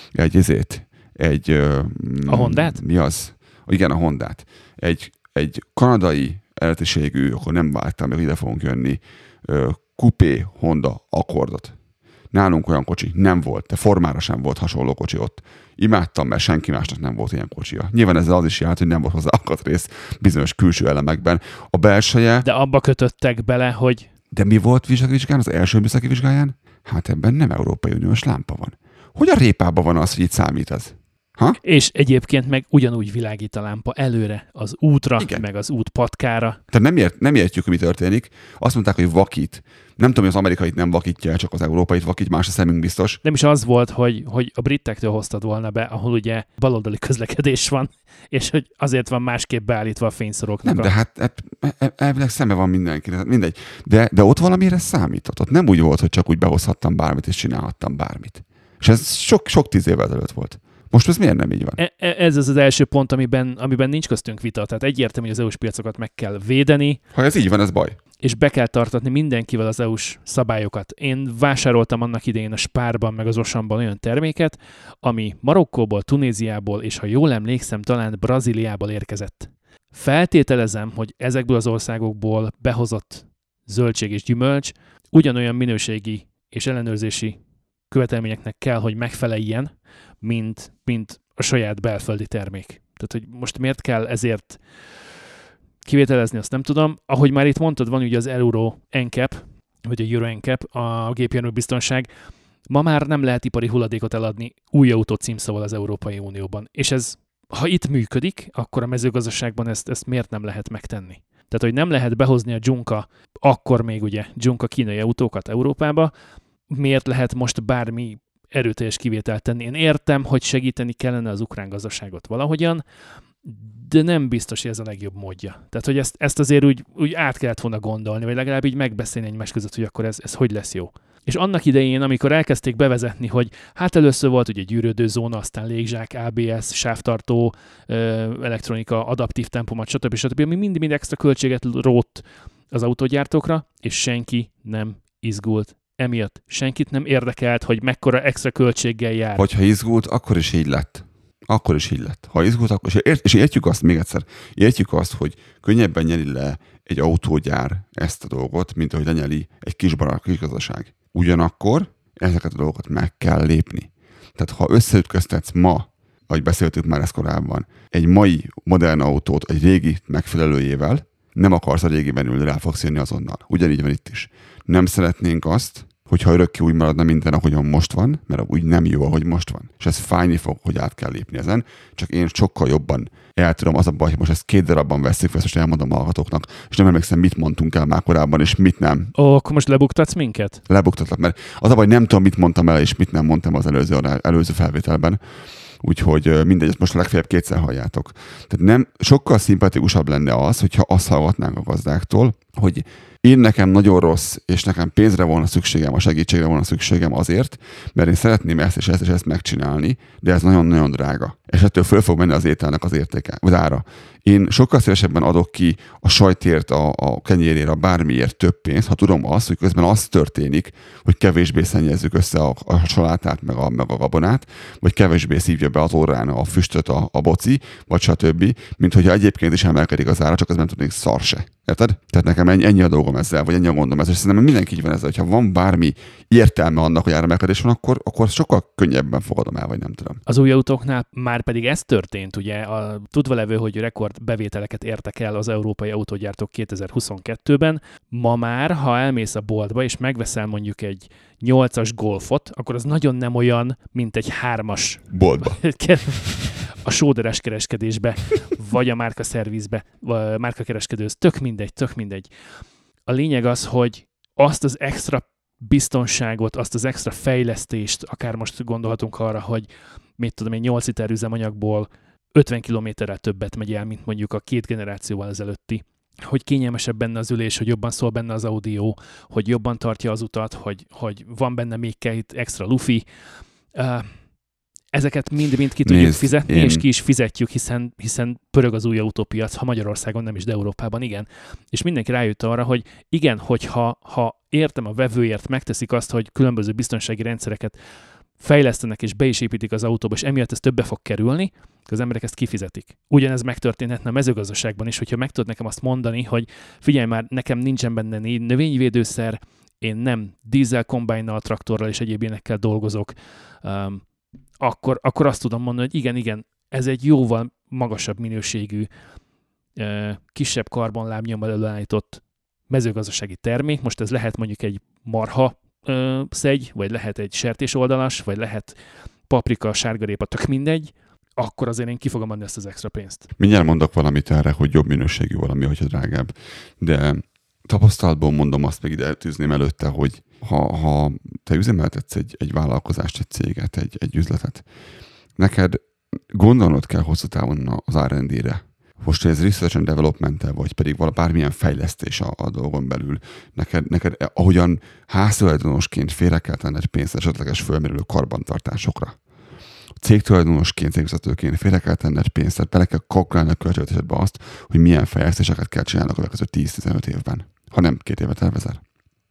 [SPEAKER 2] a Hondát?
[SPEAKER 1] Mi az? Igen, a Hondát. Egy kanadai eredetiségű, akkor nem vártam, hogy ide fogunk jönni, coupé Honda Accordot. Nálunk olyan kocsi nem volt, de formára sem volt hasonló kocsi ott. Imádtam, mert senki másnak nem volt ilyen kocsia. Nyilván ezzel az is járt, hogy nem volt hozzá alkatrész bizonyos külső elemekben. A belseje...
[SPEAKER 2] De abba kötöttek bele, hogy...
[SPEAKER 1] De mi volt vizsgán az első műszaki vizsgáján? Hát ebben nem Európai Uniós lámpa van. Hogy a répában van az, hogy itt számít ez?
[SPEAKER 2] És egyébként meg ugyanúgy világít a lámpa előre, az útra,
[SPEAKER 1] igen,
[SPEAKER 2] meg az út patkára.
[SPEAKER 1] Tehát nem értjük, hogy mi történik. Azt mondták, hogy vakít. Nem tudom, hogy az amerikait nem vakítja, csak az európait vakít, más a szemünk biztos.
[SPEAKER 2] Nem is az volt, hogy a britektől hoztad volna be, ahol ugye baloldali közlekedés van, és hogy azért van másképp beállítva a fényszoroknak.
[SPEAKER 1] Nem, de hát elvileg szembe van mindenkinek, mindegy. De ott valamire számított. Ott nem úgy volt, hogy csak úgy behozhattam bármit, és csinálhattam bármit. És ez sok 10 évvel ezelőtt volt. Most ez miért nem így van?
[SPEAKER 2] Ez az első pont, amiben nincs köztünk vita. Tehát egyértelmű, hogy az EU-s piacokat meg kell védeni.
[SPEAKER 1] Ha ez így van, ez baj.
[SPEAKER 2] És be kell tartatni mindenkivel az EU-s szabályokat. Én vásároltam annak idején a Spárban, meg az Osamban olyan terméket, ami Marokkóból, Tunéziából, és ha jól emlékszem, talán Brazíliából érkezett. Feltételezem, hogy ezekből az országokból behozott zöldség és gyümölcs ugyanolyan minőségi és ellenőrzési követelményeknek kell, hogy megfeleljen, mint a saját belföldi termék. Tehát, hogy most miért kell ezért kivételezni, azt nem tudom. Ahogy már itt mondtad, van ugye az Euro NCAP, vagy a Euro NCAP, a gépjárműbiztonság. Ma már nem lehet ipari hulladékot eladni új autó címszóval az Európai Unióban. És ez, ha itt működik, akkor a mezőgazdaságban ezt miért nem lehet megtenni? Tehát, hogy nem lehet behozni a Junka, akkor még ugye Junka kínai autókat Európába, miért lehet most bármi erőteljes kivételt tenni? Én értem, hogy segíteni kellene az ukrán gazdaságot valahogyan, de nem biztos, hogy ez a legjobb módja. Tehát, hogy ezt azért úgy át kellett volna gondolni, vagy legalább így megbeszélni egymás között, hogy akkor ez hogy lesz jó. És annak idején, amikor elkezdték bevezetni, hogy hát először volt ugye gyűrődőzóna, aztán légzsák, ABS, sávtartó, elektronika, adaptív tempomat, stb. Ami mind extra költséget rótt az autógyártókra, és senki nem izgult emiatt. Senkit nem érdekelt, hogy mekkora extra költséggel jár.
[SPEAKER 1] Hogyha izgult, akkor is így lett. Ha izgult, akkor és értjük azt, még egyszer, értjük azt, hogy könnyebben nyeli le egy autógyár ezt a dolgot, mint ahogy lenyeli egy kis gazdaság. Ugyanakkor ezeket a dolgokat meg kell lépni. Tehát ha összeütköztetsz ma, ahogy beszéltük már ezt korábban, egy mai modern autót egy régi megfelelőjével, nem akarsz a régiben ülni, rá fogsz jönni azonnal. Ugyanígy van itt is. Nem szeretnénk azt, hogyha örökké úgy maradna minden, ahogyan most van, mert úgy nem jó, ahogy most van. És ez fájni fog, hogy át kell lépni ezen, csak én sokkal jobban el tudom, az a baj, hogy most ezt 2 darabban veszik, ezt most elmondom a hallgatóknak, és nem emlékszem, mit mondtunk el már korábban, és mit nem.
[SPEAKER 2] Akkor most lebuktatsz minket?
[SPEAKER 1] Lebuktatlak, mert az a baj, nem tudom, mit mondtam el, és mit nem mondtam az előző felvételben. Úgyhogy mindegy, most legfeljebb 2-szer halljátok. Tehát nem, sokkal szimpatikusabb lenne az, hogyha azt hallgatnánk a gazdáktól, hogy én nekem nagyon rossz, és nekem pénzre volna szükségem, a segítségre volna szükségem azért, mert én szeretném ezt és ezt megcsinálni, de ez nagyon-nagyon drága. És ettől föl fog menni az ételnek az értéke, vagy ára. Én sokkal szívesebben adok ki a sajtért, a kenyérért, a bármiért több pénzt, ha tudom azt, hogy közben az történik, hogy kevésbé szennyezzük össze a salátát, meg a gabonát, vagy kevésbé szívja be az orrán a füstöt a boci, vagy stb., mint hogyha egyébként is emelkedik az ára, csak ez nem tudnék szar se. Érted? Tehát nekem ennyi a dolgom ezzel, vagy ennyi a gondom ezzel, és szerintem mindenki így van ezzel, hogyha van bármi értelme annak, hogy áremelkedés van, akkor sokkal könnyebben fogadom el, vagy nem tudom.
[SPEAKER 2] Az új autóknál már pedig ez történt, ugye, tudva levő, hogy rekord bevételeket értek el az európai autógyártók 2022-ben. Ma már, ha elmész a boltba, és megveszel mondjuk egy 8-as Golfot, akkor az nagyon nem olyan, mint egy 3-as
[SPEAKER 1] boltba.
[SPEAKER 2] A sóderes kereskedésbe, vagy a márkaszervizbe, vagy a márkakereskedőhöz. Tök mindegy. A lényeg az, hogy azt az extra biztonságot, azt az extra fejlesztést, akár most gondolhatunk arra, hogy mit tudom én, 8 liter üzemanyagból 50 kilométerrel többet megy el, mint mondjuk a 2 generációval ezelőtti. Hogy kényelmesebb benne az ülés, hogy jobban szól benne az audio, hogy jobban tartja az utat, hogy van benne még két extra lufi. Ezeket mind ki tudjuk fizetni, és ki is fizetjük, hiszen pörög az új autópiac, ha Magyarországon nem is, de Európában igen. És mindenki rájött arra, hogy igen, hogyha értem a vevőért megteszik azt, hogy különböző biztonsági rendszereket fejlesztenek és be is építik az autóba, és emiatt ez többe fog kerülni, az emberek ezt kifizetik. Ugyanez megtörténhetne a mezőgazdaságban is, hogyha meg tudod nekem azt mondani, hogy figyelj már, nekem nincsen benne növényvédőszer, én nem dízel kombájnnal, traktorral és egyéb ilyenekkel dolgozok, akkor azt tudom mondani, hogy igen, ez egy jóval magasabb minőségű, kisebb karbonlábnyommal előállított mezőgazdasági termék. Most ez lehet mondjuk egy marha szegy, vagy lehet egy sertésoldalas, vagy lehet paprika, sárgarépa, tök mindegy. akkor azért én ki fogom adni ezt az extra pénzt.
[SPEAKER 1] Mindjárt mondok valamit erre, hogy jobb minőségű valami, hogyha drágább. De tapasztalatból mondom, azt meg ide tűzném előtte, hogy ha te üzemeltetsz egy vállalkozást, egy céget, egy üzletet, neked gondolnod kell hosszú távon az R&D-re. Most ez research and development-e, vagy pedig bármilyen fejlesztés a dolgon belül. Neked ahogyan háztulajdonosként félre kell tenned pénzt esetleges fölmerülő karbantartásokra. Cégtulajdonosként, cégvezetőként félre kell tenned pénzt, tehát bele kell kalkulálni a költségvetésedbe azt, hogy milyen fejlesztéseket kell csinálni a következő 10-15 évben, ha nem 2 évet tervezel.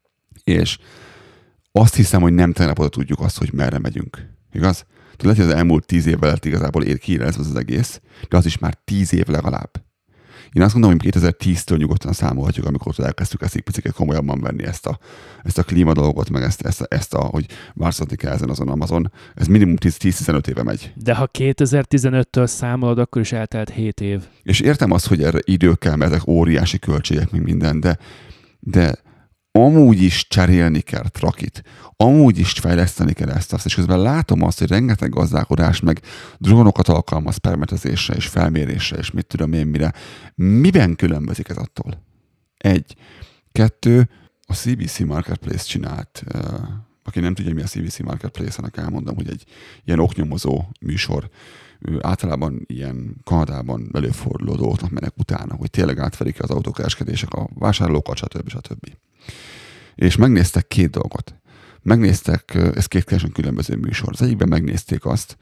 [SPEAKER 1] És azt hiszem, hogy nem tegnap oda tudjuk azt, hogy merre megyünk. Igaz? Lehet, hogy az elmúlt 10 évvel igazából kiírás az egész, de az is már 10 év legalább. Én azt gondolom, hogy 2010-től nyugodtan számolhatjuk, amikor elkezdtük ezt egy picit komolyabban venni ezt a klímadolgot, meg ezt hogy változtatni kell ezen azon Amazon. Ez minimum 10-15 éve megy.
[SPEAKER 2] De ha 2015-től számolod, akkor is eltelt 7 év.
[SPEAKER 1] És értem azt, hogy erre idő kell, mert ezek óriási költségek, még minden, de amúgy is cserélni kell trakit, amúgy is fejleszteni kell ezt-azt, és közben látom azt, hogy rengeteg gazdálkodás, meg drónokat alkalmaz permetezésre és felmérésre, és mit tudom én mire. Miben különbözik ez attól? 1. 2. A CBC Marketplace csinált, aki nem tudja, mi a CBC Marketplace, annak elmondom, hogy egy ilyen oknyomozó műsor, általában ilyen Kanadában előforduló dolgoknak mennek utána, hogy tényleg átverik az autókereskedések a vásárlókat, stb. És megnéztek 2 dolgot. Megnéztek, ez 2 teljesen különböző műsor. Az egyikben megnézték azt,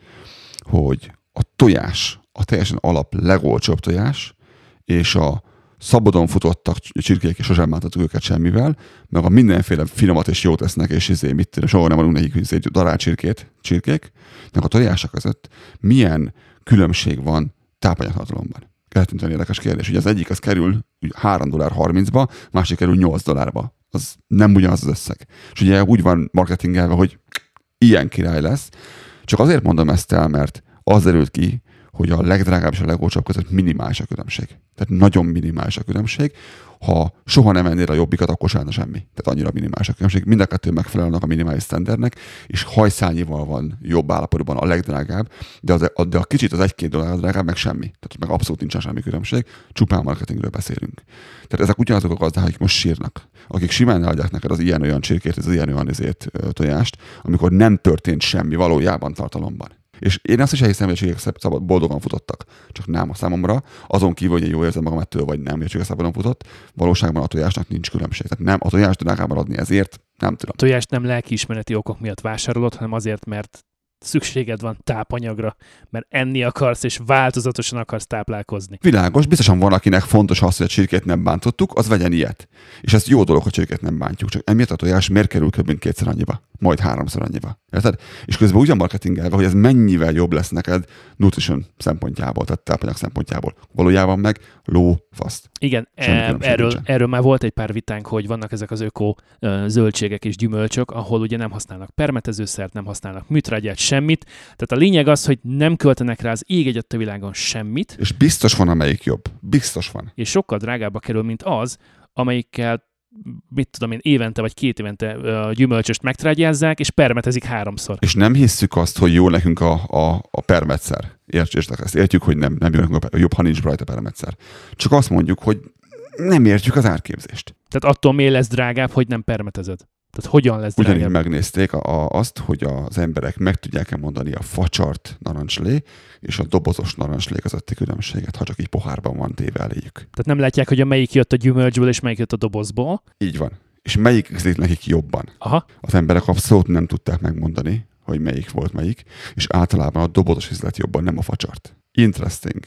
[SPEAKER 1] hogy a tojás, a teljesen alap legolcsóbb tojás, és a szabadon futottak csirkék, és sosem bántottuk őket semmivel, meg a mindenféle finomat és jót esznek, és soha nem adunk nekik darált csirkéknek a tojások között milyen különbség van tápanyagtartalomban. Eltűntően érdekes kérdés. Ugye az egyik az kerül $3.30-ba, másik kerül $8-ba. Az nem ugyanaz az összeg. És ugye úgy van marketingelve, hogy ilyen király lesz. Csak azért mondom ezt el, mert az derült ki, hogy a legdrágább és a legolcsóbb között minimális a különbség. Tehát nagyon minimális a különbség. Ha soha nem ennél a jobbikat, akkor se lenne semmi. Tehát annyira minimális a különbség. Mind a kettő megfelelnek a minimális standardnek, és hajszálnyival van jobb állapotban a legdrágább, de a kicsit az $1-2 drágább, meg semmi. Tehát meg abszolút nincsen semmi különbség. Csupán marketingről beszélünk. Tehát ezek ugyanazok a gazdák, akik most sírnak. Akik simán eladják neked az ilyen-olyan csirkét, az ilyen-olyan tojást, amikor nem történt semmi valójában tartalomban. És én azt is elhiszem, hogy a csirkék boldogan futottak. Csak nem a számomra, azon kívül, hogy én jól érzem magam ettől, vagy nem, hogy a csirke szabadon futott, valóságban a tojásnak nincs különbség. Tehát nem a tojást drágában adni ezért, nem tudom.
[SPEAKER 2] A tojást nem lelkiismereti okok miatt vásárolod, hanem azért, mert szükséged van tápanyagra, mert enni akarsz, és változatosan akarsz táplálkozni.
[SPEAKER 1] Világos, biztosan van, akinek fontos az, hogy a csirkét nem bántottuk, az vegyen ilyet. És ez jó dolog, hogy a csirkét nem bántjuk, csak emiatt a tojás miért kerül kb. 2-szer annyiba, majd 3-szor annyiba. Érted? És közben ugyan marketingelve, hogy ez mennyivel jobb lesz neked nutrition szempontjából, tehát tápanyag szempontjából. Valójában meg lófaszt.
[SPEAKER 2] Igen, erről már volt egy pár vitánk, hogy vannak ezek az öko zöldségek és gyümölcsök, ahol ugye nem használnak permetezőszert, nem használnak műtrágyát, semmit. Tehát a lényeg az, hogy nem költenek rá az ég egyet a világon semmit.
[SPEAKER 1] És biztos van, amelyik jobb. Biztos van.
[SPEAKER 2] És sokkal drágábba kerül, mint az, amelyikkel mit tudom én, évente vagy 2 évente gyümölcsöst megtrágyázzák, és permetezik 3-szor.
[SPEAKER 1] És nem hisszük azt, hogy jó nekünk a permetszer. Értsétek ezt. Értjük, hogy nem jó nekünk jobb, ha nincs rajta permetszer. Csak azt mondjuk, hogy nem értjük az árképzést.
[SPEAKER 2] Tehát attól miért lesz drágább, hogy nem permetezed? Tehát hogyan lesz drágább?
[SPEAKER 1] Ugyanígy megnézték azt, hogy az emberek meg tudják-e mondani a facsart narancslé és a dobozos narancslé közötti különbséget, ha csak így pohárban van téve eléjük.
[SPEAKER 2] Tehát nem látják, hogy melyik jött a gyümölcsből, és melyik jött a dobozból?
[SPEAKER 1] Így van. És melyik ízlik nekik jobban?
[SPEAKER 2] Aha.
[SPEAKER 1] Az emberek abszolút nem tudták megmondani, hogy melyik volt melyik, és általában a dobozos ízlet jobban, nem a facsart. Interesting.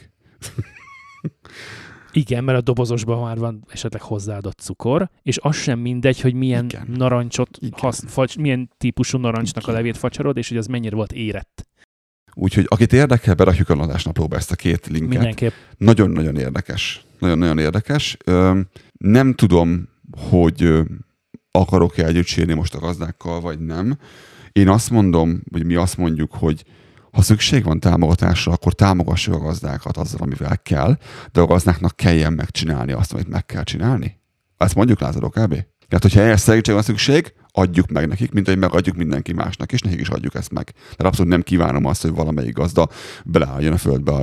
[SPEAKER 2] Igen, mert a dobozosban már van esetleg hozzáadott cukor, és az sem mindegy, hogy milyen narancsot, milyen típusú narancsnak a levét facsarod, és hogy az mennyire volt érett.
[SPEAKER 1] Úgyhogy akit érdekel, berakjuk a adásnaplóba ezt a 2 linket.
[SPEAKER 2] Mindenképp.
[SPEAKER 1] Nagyon-nagyon érdekes. Nagyon-nagyon érdekes. Nem tudom, hogy akarok-e együtt sírni most a gazdákkal, vagy nem. Én azt mondom, vagy mi azt mondjuk, hogy ha szükség van támogatásra, akkor támogassuk a gazdákat azzal, amivel kell, de a gazdáknak kelljen megcsinálni azt, amit meg kell csinálni. Ezt mondjuk, Lázaro, kb. Tehát, hogyha ehhez segítség van szükség, adjuk meg nekik, mint hogy megadjuk mindenki másnak, és nekik is adjuk ezt meg. De abszolút nem kívánom azt, hogy valamelyik gazda beleálljon a földbe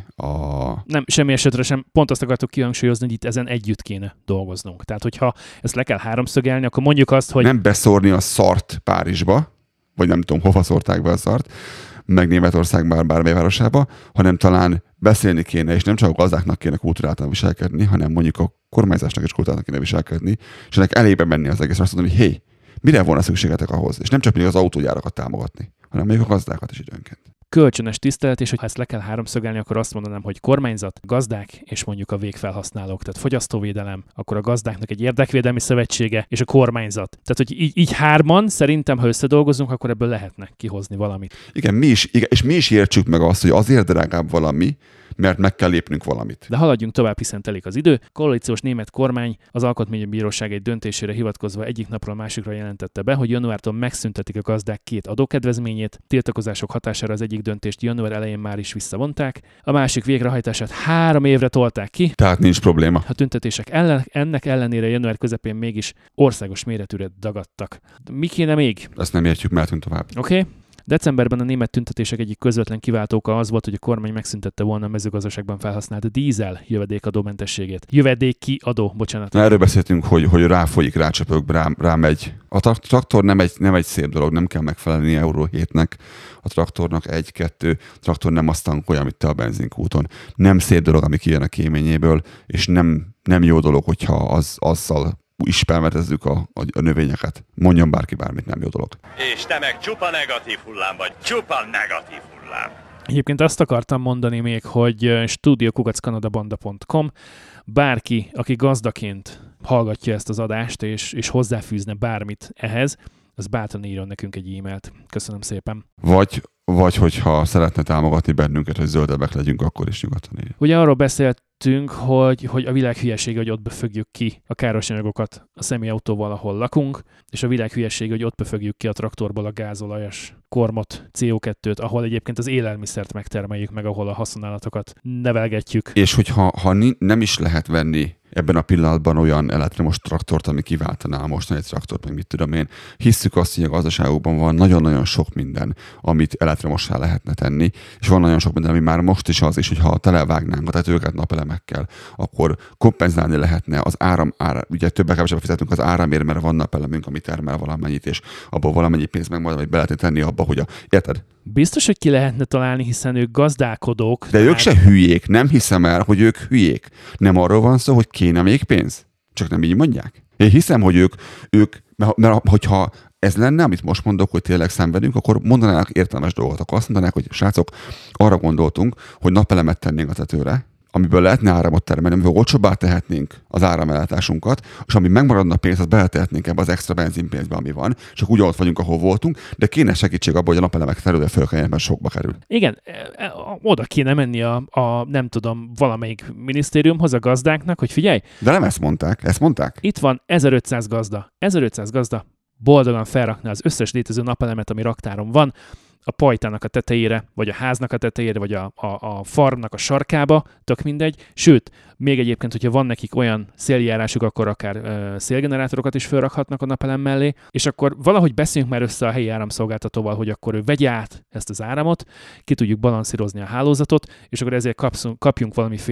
[SPEAKER 2] Nem, semmi esetre sem. Pont azt akartuk kihangsúlyozni, hogy itt ezen együtt kéne dolgoznunk. Tehát, hogyha ezt le kell háromszögelni, akkor mondjuk azt, hogy...
[SPEAKER 1] Nem beszórni a szart Párizsba, vagy nem tudom, hova szórták be a szart, meg Németország bármely városába, hanem talán beszélni kéne, és nem csak a gazdáknak kéne kultúráltan viselkedni, hanem mondjuk a kormányzásnak is kultúráltan kéne viselkedni, és ennek elébe menni az egész, azt mondani, hogy hé, mire volna szükségetek ahhoz? És nem csak mindig az autógyárakat támogatni, hanem még a gazdákat is időnként.
[SPEAKER 2] Kölcsönös tisztelet, és hogyha ezt le kell háromszögelni, akkor azt mondanám, hogy kormányzat, gazdák és mondjuk a végfelhasználók, tehát fogyasztóvédelem, akkor a gazdáknak egy érdekvédelmi szövetsége és a kormányzat. Tehát, hogy így hárman szerintem, ha összedolgozunk, akkor ebből lehetne kihozni valamit.
[SPEAKER 1] Igen, mi is értsük meg azt, hogy azért drágább valami, mert meg kell lépnünk valamit.
[SPEAKER 2] De haladjunk tovább, hiszen telik az idő. Koalíciós német kormány az Alkotmánybíróság egy döntésére hivatkozva egyik napról a másikra jelentette be, hogy januártól megszüntetik a gazdák 2 adókedvezményét. Tiltakozások hatására az egyik döntést január elején már is visszavonták, a másik végrehajtását 3 évre tolták ki.
[SPEAKER 1] Tehát nincs probléma.
[SPEAKER 2] A tüntetések ennek ellenére január közepén mégis országos méretűre dagadtak. Mi kéne még?
[SPEAKER 1] Ezt nem értjük, mehetünk tovább.
[SPEAKER 2] Oké. Decemberben a német tüntetések egyik közvetlen kiváltóka az volt, hogy a kormány megszüntette volna a mezőgazdaságban felhasznált dízel jövedékadómentességét. Jövedéki-adó, bocsánat.
[SPEAKER 1] Erről beszéltünk, hogy ráfolyik, rácsöpög, rámegy. A traktor nem egy szép dolog, nem kell megfelelni Euró 7-nek. A traktornak 1-2, traktor nem azt tankolja, amit te a benzinkúton. Nem szép dolog, ami kijön a kéményéből, és nem jó dolog, hogyha azzal is permetezzük a növényeket. Mondjon bárki bármit, nem jó dolog.
[SPEAKER 5] És te meg csupa negatív hullám vagy, csupa negatív hullám.
[SPEAKER 2] Egyébként azt akartam mondani még, hogy studio@canadabanda.com bárki, aki gazdaként hallgatja ezt az adást, és hozzáfűzne bármit ehhez, az bátran írjon nekünk egy e-mailt. Köszönöm szépen.
[SPEAKER 1] Vagy hogyha szeretne támogatni bennünket, hogy zöldebbek legyünk, akkor is nyugodtan írja.
[SPEAKER 2] Ugye arról beszéltünk, hogy a világ hülyesége, hogy ott befögjük ki a káros anyagokat a személyautóval, ahol lakunk, és a világ hülyesége, hogy ott befögjük ki a traktorból a gázolajas kormot, CO2-t, ahol egyébként az élelmiszert megtermeljük meg, ahol a haszonállatokat nevelgetjük.
[SPEAKER 1] És hogyha nem is lehet venni ebben a pillanatban olyan elektromos traktort, ami kiváltaná a mostani traktort, meg mit tudom én. Hisszük azt, hogy a gazdaságokban van nagyon-nagyon sok minden, amit elektromossá lehetne tenni, és van nagyon sok minden, ami már most is az, és hogyha televágnánk a tetőket napelemekkel, akkor kompenzálni lehetne az ugye többek-kevesebben fizetünk az áramért, mert van napelemünk, ami termel valamennyit, és abból valamennyi pénzt megmarad, vagy be lehetne tenni abba, hogy érted?
[SPEAKER 2] Biztos, hogy ki lehetne találni, hiszen ők gazdálkodók.
[SPEAKER 1] De ők se hülyék, nem hiszem el, hogy ők hülyék. Nem arról van szó, hogy kéne még pénz? Csak nem így mondják. Én hiszem, hogy ők mert hogyha ez lenne, amit most mondok, hogy tényleg szenvedünk, akkor mondanának értelmes dolgot. Akkor azt mondanák, hogy srácok, arra gondoltunk, hogy napelemet tennénk a tetőre, amiből lehetne áramot termelni, amiből olcsóbbá tehetnénk az áramellátásunkat, és ami megmaradna pénzt, azt beletehetnénk ebbe az extra benzinpénzbe, ami van, csak úgy ott vagyunk, ahol voltunk, de kéne segítség abban, hogy a napelemek felőle fölkeljen, mert sokba kerül.
[SPEAKER 2] Igen, oda kéne menni a nem tudom, valamelyik minisztériumhoz, a gazdáknak, hogy figyelj.
[SPEAKER 1] De nem ezt mondták.
[SPEAKER 2] Itt van 1500 gazda. 1500 gazda boldogan felrakná az összes létező napelemet, ami raktáron van, a pajtának a tetejére, vagy a háznak a tetejére, vagy a farmnak a sarkába, tök mindegy. Sőt, még egyébként, hogyha van nekik olyan széljárásuk, akkor akár szélgenerátorokat is felrakhatnak a napelem mellé, és akkor valahogy beszéljünk már össze a helyi áramszolgáltatóval, hogy akkor ő vegye át ezt az áramot, ki tudjuk balanszírozni a hálózatot, és akkor ezért kapjunk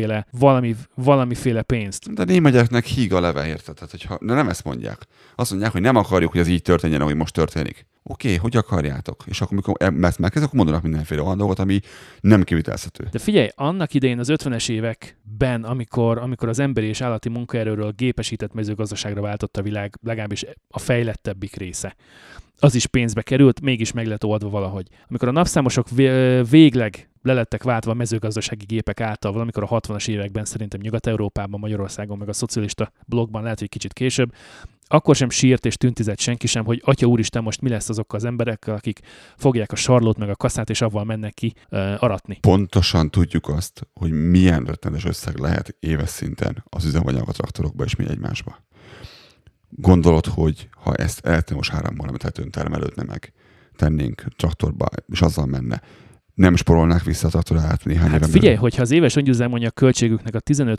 [SPEAKER 2] valamiféle pénzt.
[SPEAKER 1] De némegyeknek híg a leve, érted? Tehát, de nem ezt mondják. Azt mondják, hogy nem akarjuk, hogy ez így történjen, ahogy most történik. Oké, hogy akarjátok? És akkor, amikor ezt megkezd, akkor mondanak mindenféle olyan dolgot, ami nem kivitelezhető.
[SPEAKER 2] De figyelj, annak idején az 50-es években, amikor az emberi és állati munkaerőről gépesített mezőgazdaságra váltott a világ, legalábbis a fejlettebbik része, az is pénzbe került, mégis meg lett oldva valahogy. Amikor a napszámosok végleg lelettek váltva a mezőgazdasági gépek által, valamikor a 60-as években, szerintem Nyugat-Európában, Magyarországon, meg a szocialista blokkban, lehet, hogy kicsit később, akkor sem sírt és tüntizett senki sem, hogy atya úristen, most mi lesz azokkal az emberekkel, akik fogják a sarlót meg a kaszát, és avval mennek ki aratni. Pontosan
[SPEAKER 1] tudjuk azt, hogy milyen rettenetes összeg lehet éves szinten az üzemanyag a traktorokba és mi egymásba. Gondolod, hogy ha ezt elektromos árammal, amit tetőn termelődne meg, tennénk traktorba, és azzal menne, nem sporolnák vissza a traktorát néhány éven
[SPEAKER 2] Figyelj,
[SPEAKER 1] belül.
[SPEAKER 2] hogyha az éves öngyűjtemények költségüknek a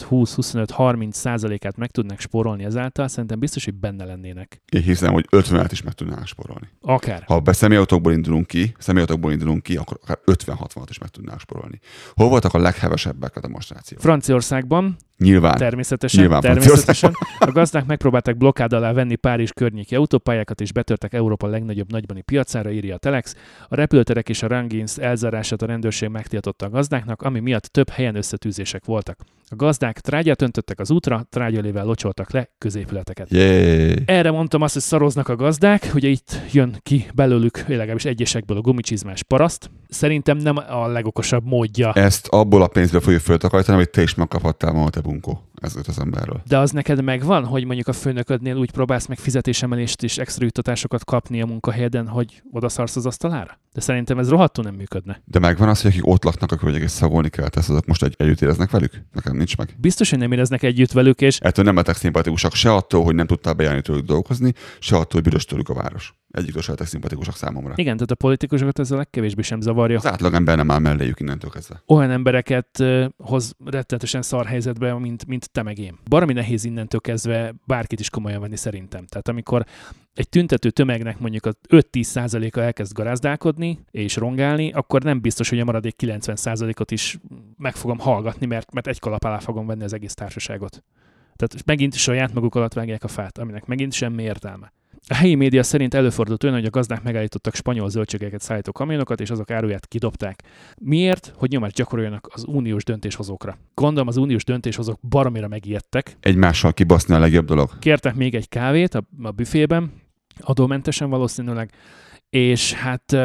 [SPEAKER 2] 15-20-25-30%-át meg tudnak spórolni ezáltal, szerintem biztos, hogy benne lennének.
[SPEAKER 1] Én hiszem, hogy 50-et is meg tudnának spórolni.
[SPEAKER 2] Akár.
[SPEAKER 1] Ha személyautókból indulunk ki, akkor akár 50-60-at is meg tudnánk sporolni. Hol voltak a leghevesebbek a demonstrációk?
[SPEAKER 2] Franciaországban,
[SPEAKER 1] Nyilván.
[SPEAKER 2] Természetesen. A gazdák megpróbálták blokkád alá venni Párizs környéki autópályákat, és betörtek Európa legnagyobb nagybani piacára, írja a Telex. A repülőterek és a rangins elzárását a rendőrség megtiltotta a gazdáknak, ami miatt több helyen összetűzések voltak. A gazdák trágyát öntöttek az útra, trágyalével locsoltak le középületeket.
[SPEAKER 1] Yay.
[SPEAKER 2] Erre mondtam azt, hogy szaroznak a gazdák, ugye itt jön ki belőlük, legalábbis egyesekből a gumicsizmás paraszt. Szerintem nem a legokosabb módja.
[SPEAKER 1] Ezt abból a pénzből fogjuk föltakarítani, amit te is megkaphattál ma, te bunkó. Ez az emberről.
[SPEAKER 2] De az neked megvan, hogy mondjuk a főnöködnél úgy próbálsz meg fizetésemelést és extra juttatásokat kapni a munkahelyeden, hogy odaszarsz az asztalára? De szerintem ez rohadtul nem működne.
[SPEAKER 1] De megvan az, hogy akik ott laknak, akkor egész szagolni kell, azok most együtt éreznek velük? Nekem nincs meg.
[SPEAKER 2] Biztos, hogy nem éreznek együtt velük, és
[SPEAKER 1] Ettől nem lettek szimpatikusak se attól, hogy nem tudtál bejárni tőlük dolgozni, se attól, hogy büdös tőlük a város. Egyiktől se lettek szimpatikusak számomra.
[SPEAKER 2] igen, tehát a politikusokat ez a legkevésbé sem zavarja.
[SPEAKER 1] Az átlagember nem áll melléjük innentől kezdve.
[SPEAKER 2] Olyan embereket hoz rettenetesen szar helyzetbe, mint te meg én. Baromi nehéz innentől kezdve bárkit is komolyan venni szerintem. Tehát amikor egy tüntető tömegnek mondjuk a 5-10%-a elkezd garázdálkodni és rongálni, akkor nem biztos, hogy a maradék 90%-ot is meg fogom hallgatni, mert egy kalap alá fogom venni az egész társaságot. Tehát megint saját maguk alatt vágják a fát, aminek megint semmi értelme. A helyi média szerint előfordult olyan, hogy a gazdák megállítottak spanyol zöldségeket szállító kamionokat, és azok áruját kidobták. Miért? Hogy nyomást gyakoroljanak az uniós döntéshozókra. Gondolom az uniós döntéshozók baromira megijedtek.
[SPEAKER 1] Egymással kibaszni a legjobb dolog.
[SPEAKER 2] Kértek még egy kávét a büfében, adómentesen valószínűleg, és hát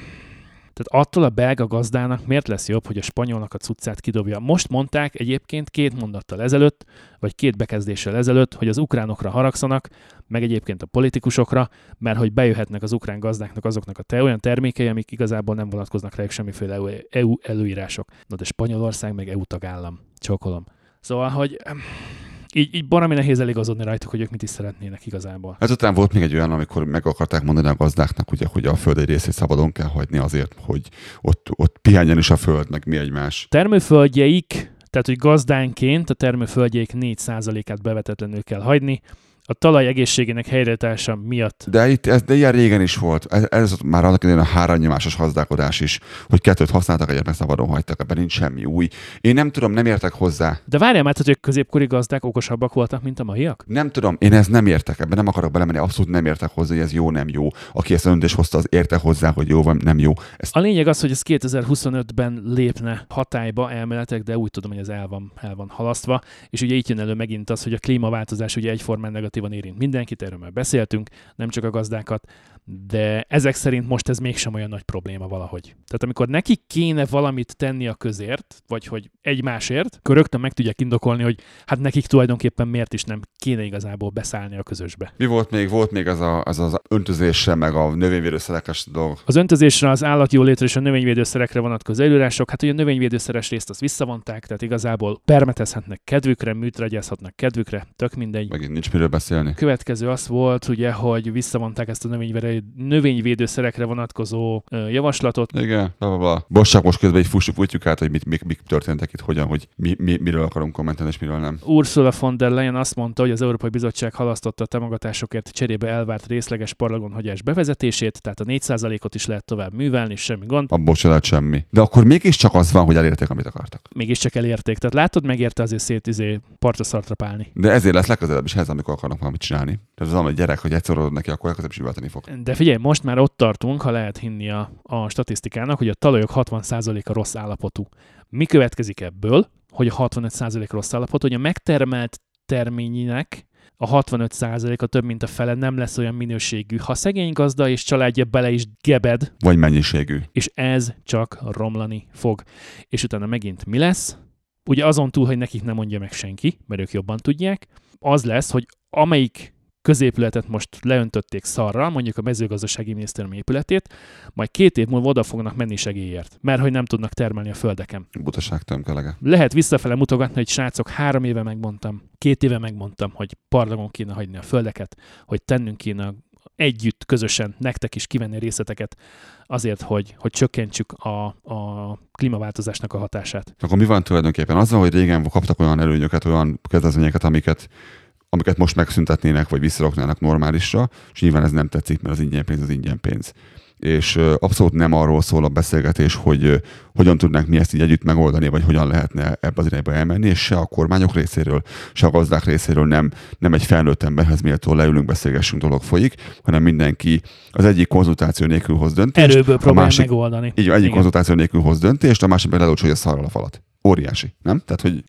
[SPEAKER 2] tehát attól a belga gazdának miért lesz jobb, hogy a spanyolnak a cuccát kidobja. Most mondták egyébként 2 mondattal ezelőtt, vagy 2 bekezdéssel ezelőtt, hogy az ukránokra haragszanak, meg egyébként a politikusokra, mert hogy bejöhetnek az ukrán gazdáknak azoknak a olyan termékei, amik igazából nem vonatkoznak rájuk semmiféle EU előírások. Na de Spanyolország meg EU tagállam. Csókolom. Szóval, hogy így baromi nehéz eligazodni rajtuk, hogy ők mit is szeretnének igazából.
[SPEAKER 1] Ezután volt még egy olyan, amikor meg akarták mondani a gazdáknak, ugye, hogy a föld egy részét szabadon kell hagyni azért, hogy ott pihenjen is a föld, meg mi egymás.
[SPEAKER 2] Termőföldjeik, tehát hogy gazdánként a termőföldjeik 4%-át bevetetlenül kell hagyni, a talaj egészségének helyreállítása miatt.
[SPEAKER 1] De ilyen régen is volt. Ez már annak idején a hárannyomásos gazdálkodás is, hogy 2 használtak, egyet meg szabadon hagytak, ebben nincs semmi új. Én nem tudom, nem értek hozzá.
[SPEAKER 2] De várjál már, hogy a középkori gazdák okosabbak voltak, mint a maiak?
[SPEAKER 1] Nem tudom, én ezt nem értek, ebben nem akarok belemenni, abszolút nem értek hozzá, hogy ez jó, nem jó. Aki ezt a döntést hozta, az érte hozzá, hogy jó van, nem jó.
[SPEAKER 2] A lényeg az, hogy ez 2025-ben lépne hatályba elméletek, de úgy tudom, hogy ez el van halasztva. És ugye itt jön elő megint az, hogy a klímaváltozás ugye egyformán negatívan érint mindenkit, erről már beszéltünk, nem csak a gazdákat, de ezek szerint most ez mégsem olyan nagy probléma valahogy. Tehát amikor nekik kéne valamit tenni a közért, vagy hogy egymásért, akkor rögtön meg tudják indokolni, hogy hát nekik tulajdonképpen miért is nem kéne igazából beszállni a közösbe.
[SPEAKER 1] Mi volt még? Volt még az öntözésre, meg a növényvédőszerekes dolog.
[SPEAKER 2] Az öntözésre, az állatjólétre és a növényvédőszerekre vonatkozó előírások, hát ugye a növényvédőszeres részt azt visszavonták, tehát igazából permetezhetnek kedvükre, műtrágyázhatnak kedvükre, tök mindegy.
[SPEAKER 1] Megint nincs miről beszélni.
[SPEAKER 2] Következő az volt, ugye, hogy visszavonták ezt a növényvédőszerekre vonatkozó javaslatot.
[SPEAKER 1] Igen, blablabla. Bocs, most közben így futjuk át, hogy mik történtek itt, hogyan, hogy miről akarunk kommentelni, és miről nem.
[SPEAKER 2] Ursula von der Leyen azt mondta, hogy az Európai Bizottság halasztotta a támogatásokért cserébe elvárt részleges parlagonhagyás bevezetését, tehát a 4%-ot is lehet tovább művelni, semmi gond.
[SPEAKER 1] Abból se lehet semmi. De akkor mégiscsak az van, hogy elérték, amit akartak.
[SPEAKER 2] Mégiscsak elérték. Tehát látod, megérte azért partra szartrapálni.
[SPEAKER 1] De ezért lesz legközelebb is ez, amikor akarnak valamit csinálni. Tehát az egy gyerek, hogy egyszer adod neki, akkor legközelebb is üvölteni fog.
[SPEAKER 2] De figyelj, most már ott tartunk, ha lehet hinni a statisztikának, hogy a talajok 60%-a rossz állapotú. Mi következik ebből, hogy a 65% rossz állapotú, hogy a megtermelt terményinek a 65%-a több, mint a fele nem lesz olyan minőségű, ha szegény gazda és családja bele is gebed.
[SPEAKER 1] Vagy mennyiségű.
[SPEAKER 2] És ez csak romlani fog. És utána megint mi lesz? Ugye azon túl, hogy nekik nem mondja meg senki, mert ők jobban tudják, az lesz, hogy amelyik középületet most leöntötték szarral, mondjuk a mezőgazdasági minisztérium épületét, majd 2 év múlva oda fognak menni segélyért, mert hogy nem tudnak termelni a földeken.
[SPEAKER 1] Butaság tömkelege.
[SPEAKER 2] Lehet visszafele mutogatni, hogy srácok, 3 éve megmondtam, 2 éve megmondtam, hogy parlagon kéne hagyni a földeket, hogy tennünk kéne együtt, közösen nektek is kivenni részleteket azért, hogy csökkentsük a klímaváltozásnak a hatását.
[SPEAKER 1] Akkor mi van tulajdonképpen? Azzal, hogy régen kaptak olyan előnyöket, olyan kedvezményeket, amiket most megszüntetnének, vagy visszaraknának normálisra, és nyilván ez nem tetszik, mert az ingyen pénz az ingyen pénz. És abszolút nem arról szól a beszélgetés, hogy hogyan tudnánk mi ezt így együtt megoldani, vagy hogyan lehetne ebbe az irányba elmenni, és se a kormányok részéről, se a gazdák részéről nem egy felnőtt emberhez méltó leülünk, beszélgessünk dolog folyik, hanem mindenki az egyik konzultáció nélkül hoz döntést.
[SPEAKER 2] Erőből próbálja megoldani.
[SPEAKER 1] Így egyik konzultáció nélkül hoz döntést, a másik meg lelócsolja szarral a falat. Óriási, nem? Tehát, hogy...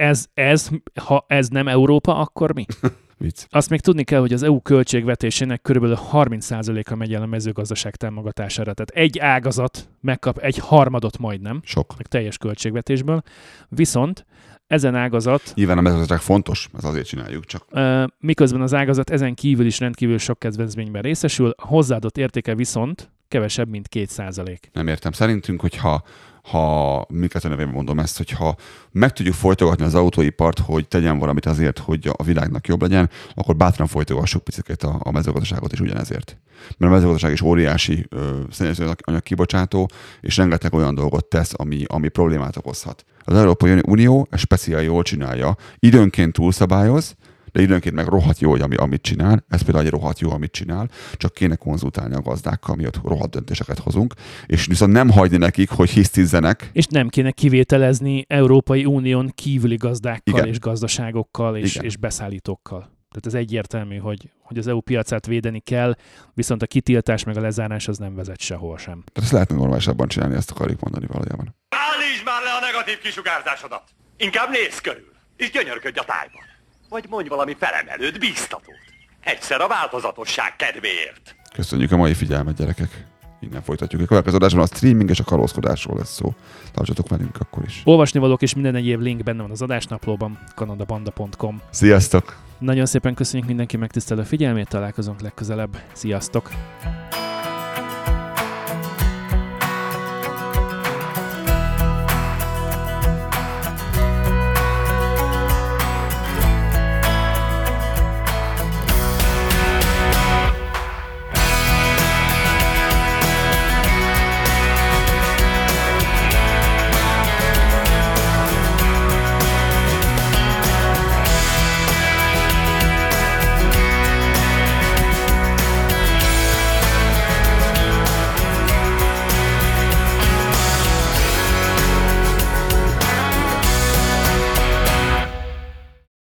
[SPEAKER 2] Ha ez nem Európa, akkor mi?
[SPEAKER 1] Vicc.
[SPEAKER 2] Azt még tudni kell, hogy az EU költségvetésének körülbelül 30%-a megy el a mezőgazdaság támogatására. Tehát egy ágazat megkap egy harmadot majdnem.
[SPEAKER 1] Sok.
[SPEAKER 2] Meg teljes költségvetésből. Viszont ezen ágazat...
[SPEAKER 1] Nyilván a mezőgazdaság fontos, ez azért csináljuk csak.
[SPEAKER 2] Miközben az ágazat ezen kívül is rendkívül sok kedvezményben részesül, a hozzáadott értéke viszont kevesebb, mint 2%.
[SPEAKER 1] Nem értem. Szerintünk, hogyha minket nevében mondom ezt, hogyha meg tudjuk folytogatni az autóipart, hogy tegyen valamit azért, hogy a világnak jobb legyen, akkor bátran folytogassuk picit a mezőgazdaságot is ugyanezért. Mert a mezőgazdaság is óriási szennyezőanyag kibocsátó, és rengeteg olyan dolgot tesz, ami problémát okozhat. Az Európai Unió ezt speciál jól csinálja, időnként túlszabályoz, de időnként meg rohadt jó, hogy amit csinál. Ez például egy rohadt jó, amit csinál, csak kéne konzultálni a gazdákkal, miatt rohadt döntéseket hozunk, és viszont nem hagyni nekik, hogy hisztizzenek.
[SPEAKER 2] És nem kéne kivételezni Európai Unión kívüli gazdákkal,
[SPEAKER 1] igen,
[SPEAKER 2] és gazdaságokkal és beszállítókkal. Tehát ez egyértelmű, hogy az EU piacát védeni kell, viszont a kitiltás meg a lezárás az nem vezet sehol sem.
[SPEAKER 1] Tehát ezt lehetne normálisabban csinálni, ezt akarjuk mondani valójában.
[SPEAKER 5] Állítsd már le a negatív kisugárzásodat! Inkább nézz körül, és gyönyörködj a tájban. Vagy mondj valami felemelőt, bíztatót. Egyszer a változatosság kedvéért.
[SPEAKER 1] Köszönjük a mai figyelmet, gyerekek. Innen folytatjuk. A következő adásban a streaming és a kalózkodásról lesz szó. Tartsatok velünk akkor is.
[SPEAKER 2] Olvasnivalók és minden egyéb link benne van az adásnaplóban, kanadabanda.com.
[SPEAKER 1] Sziasztok!
[SPEAKER 2] Nagyon szépen köszönjük mindenki megtisztelő figyelmét, találkozunk legközelebb. Sziasztok!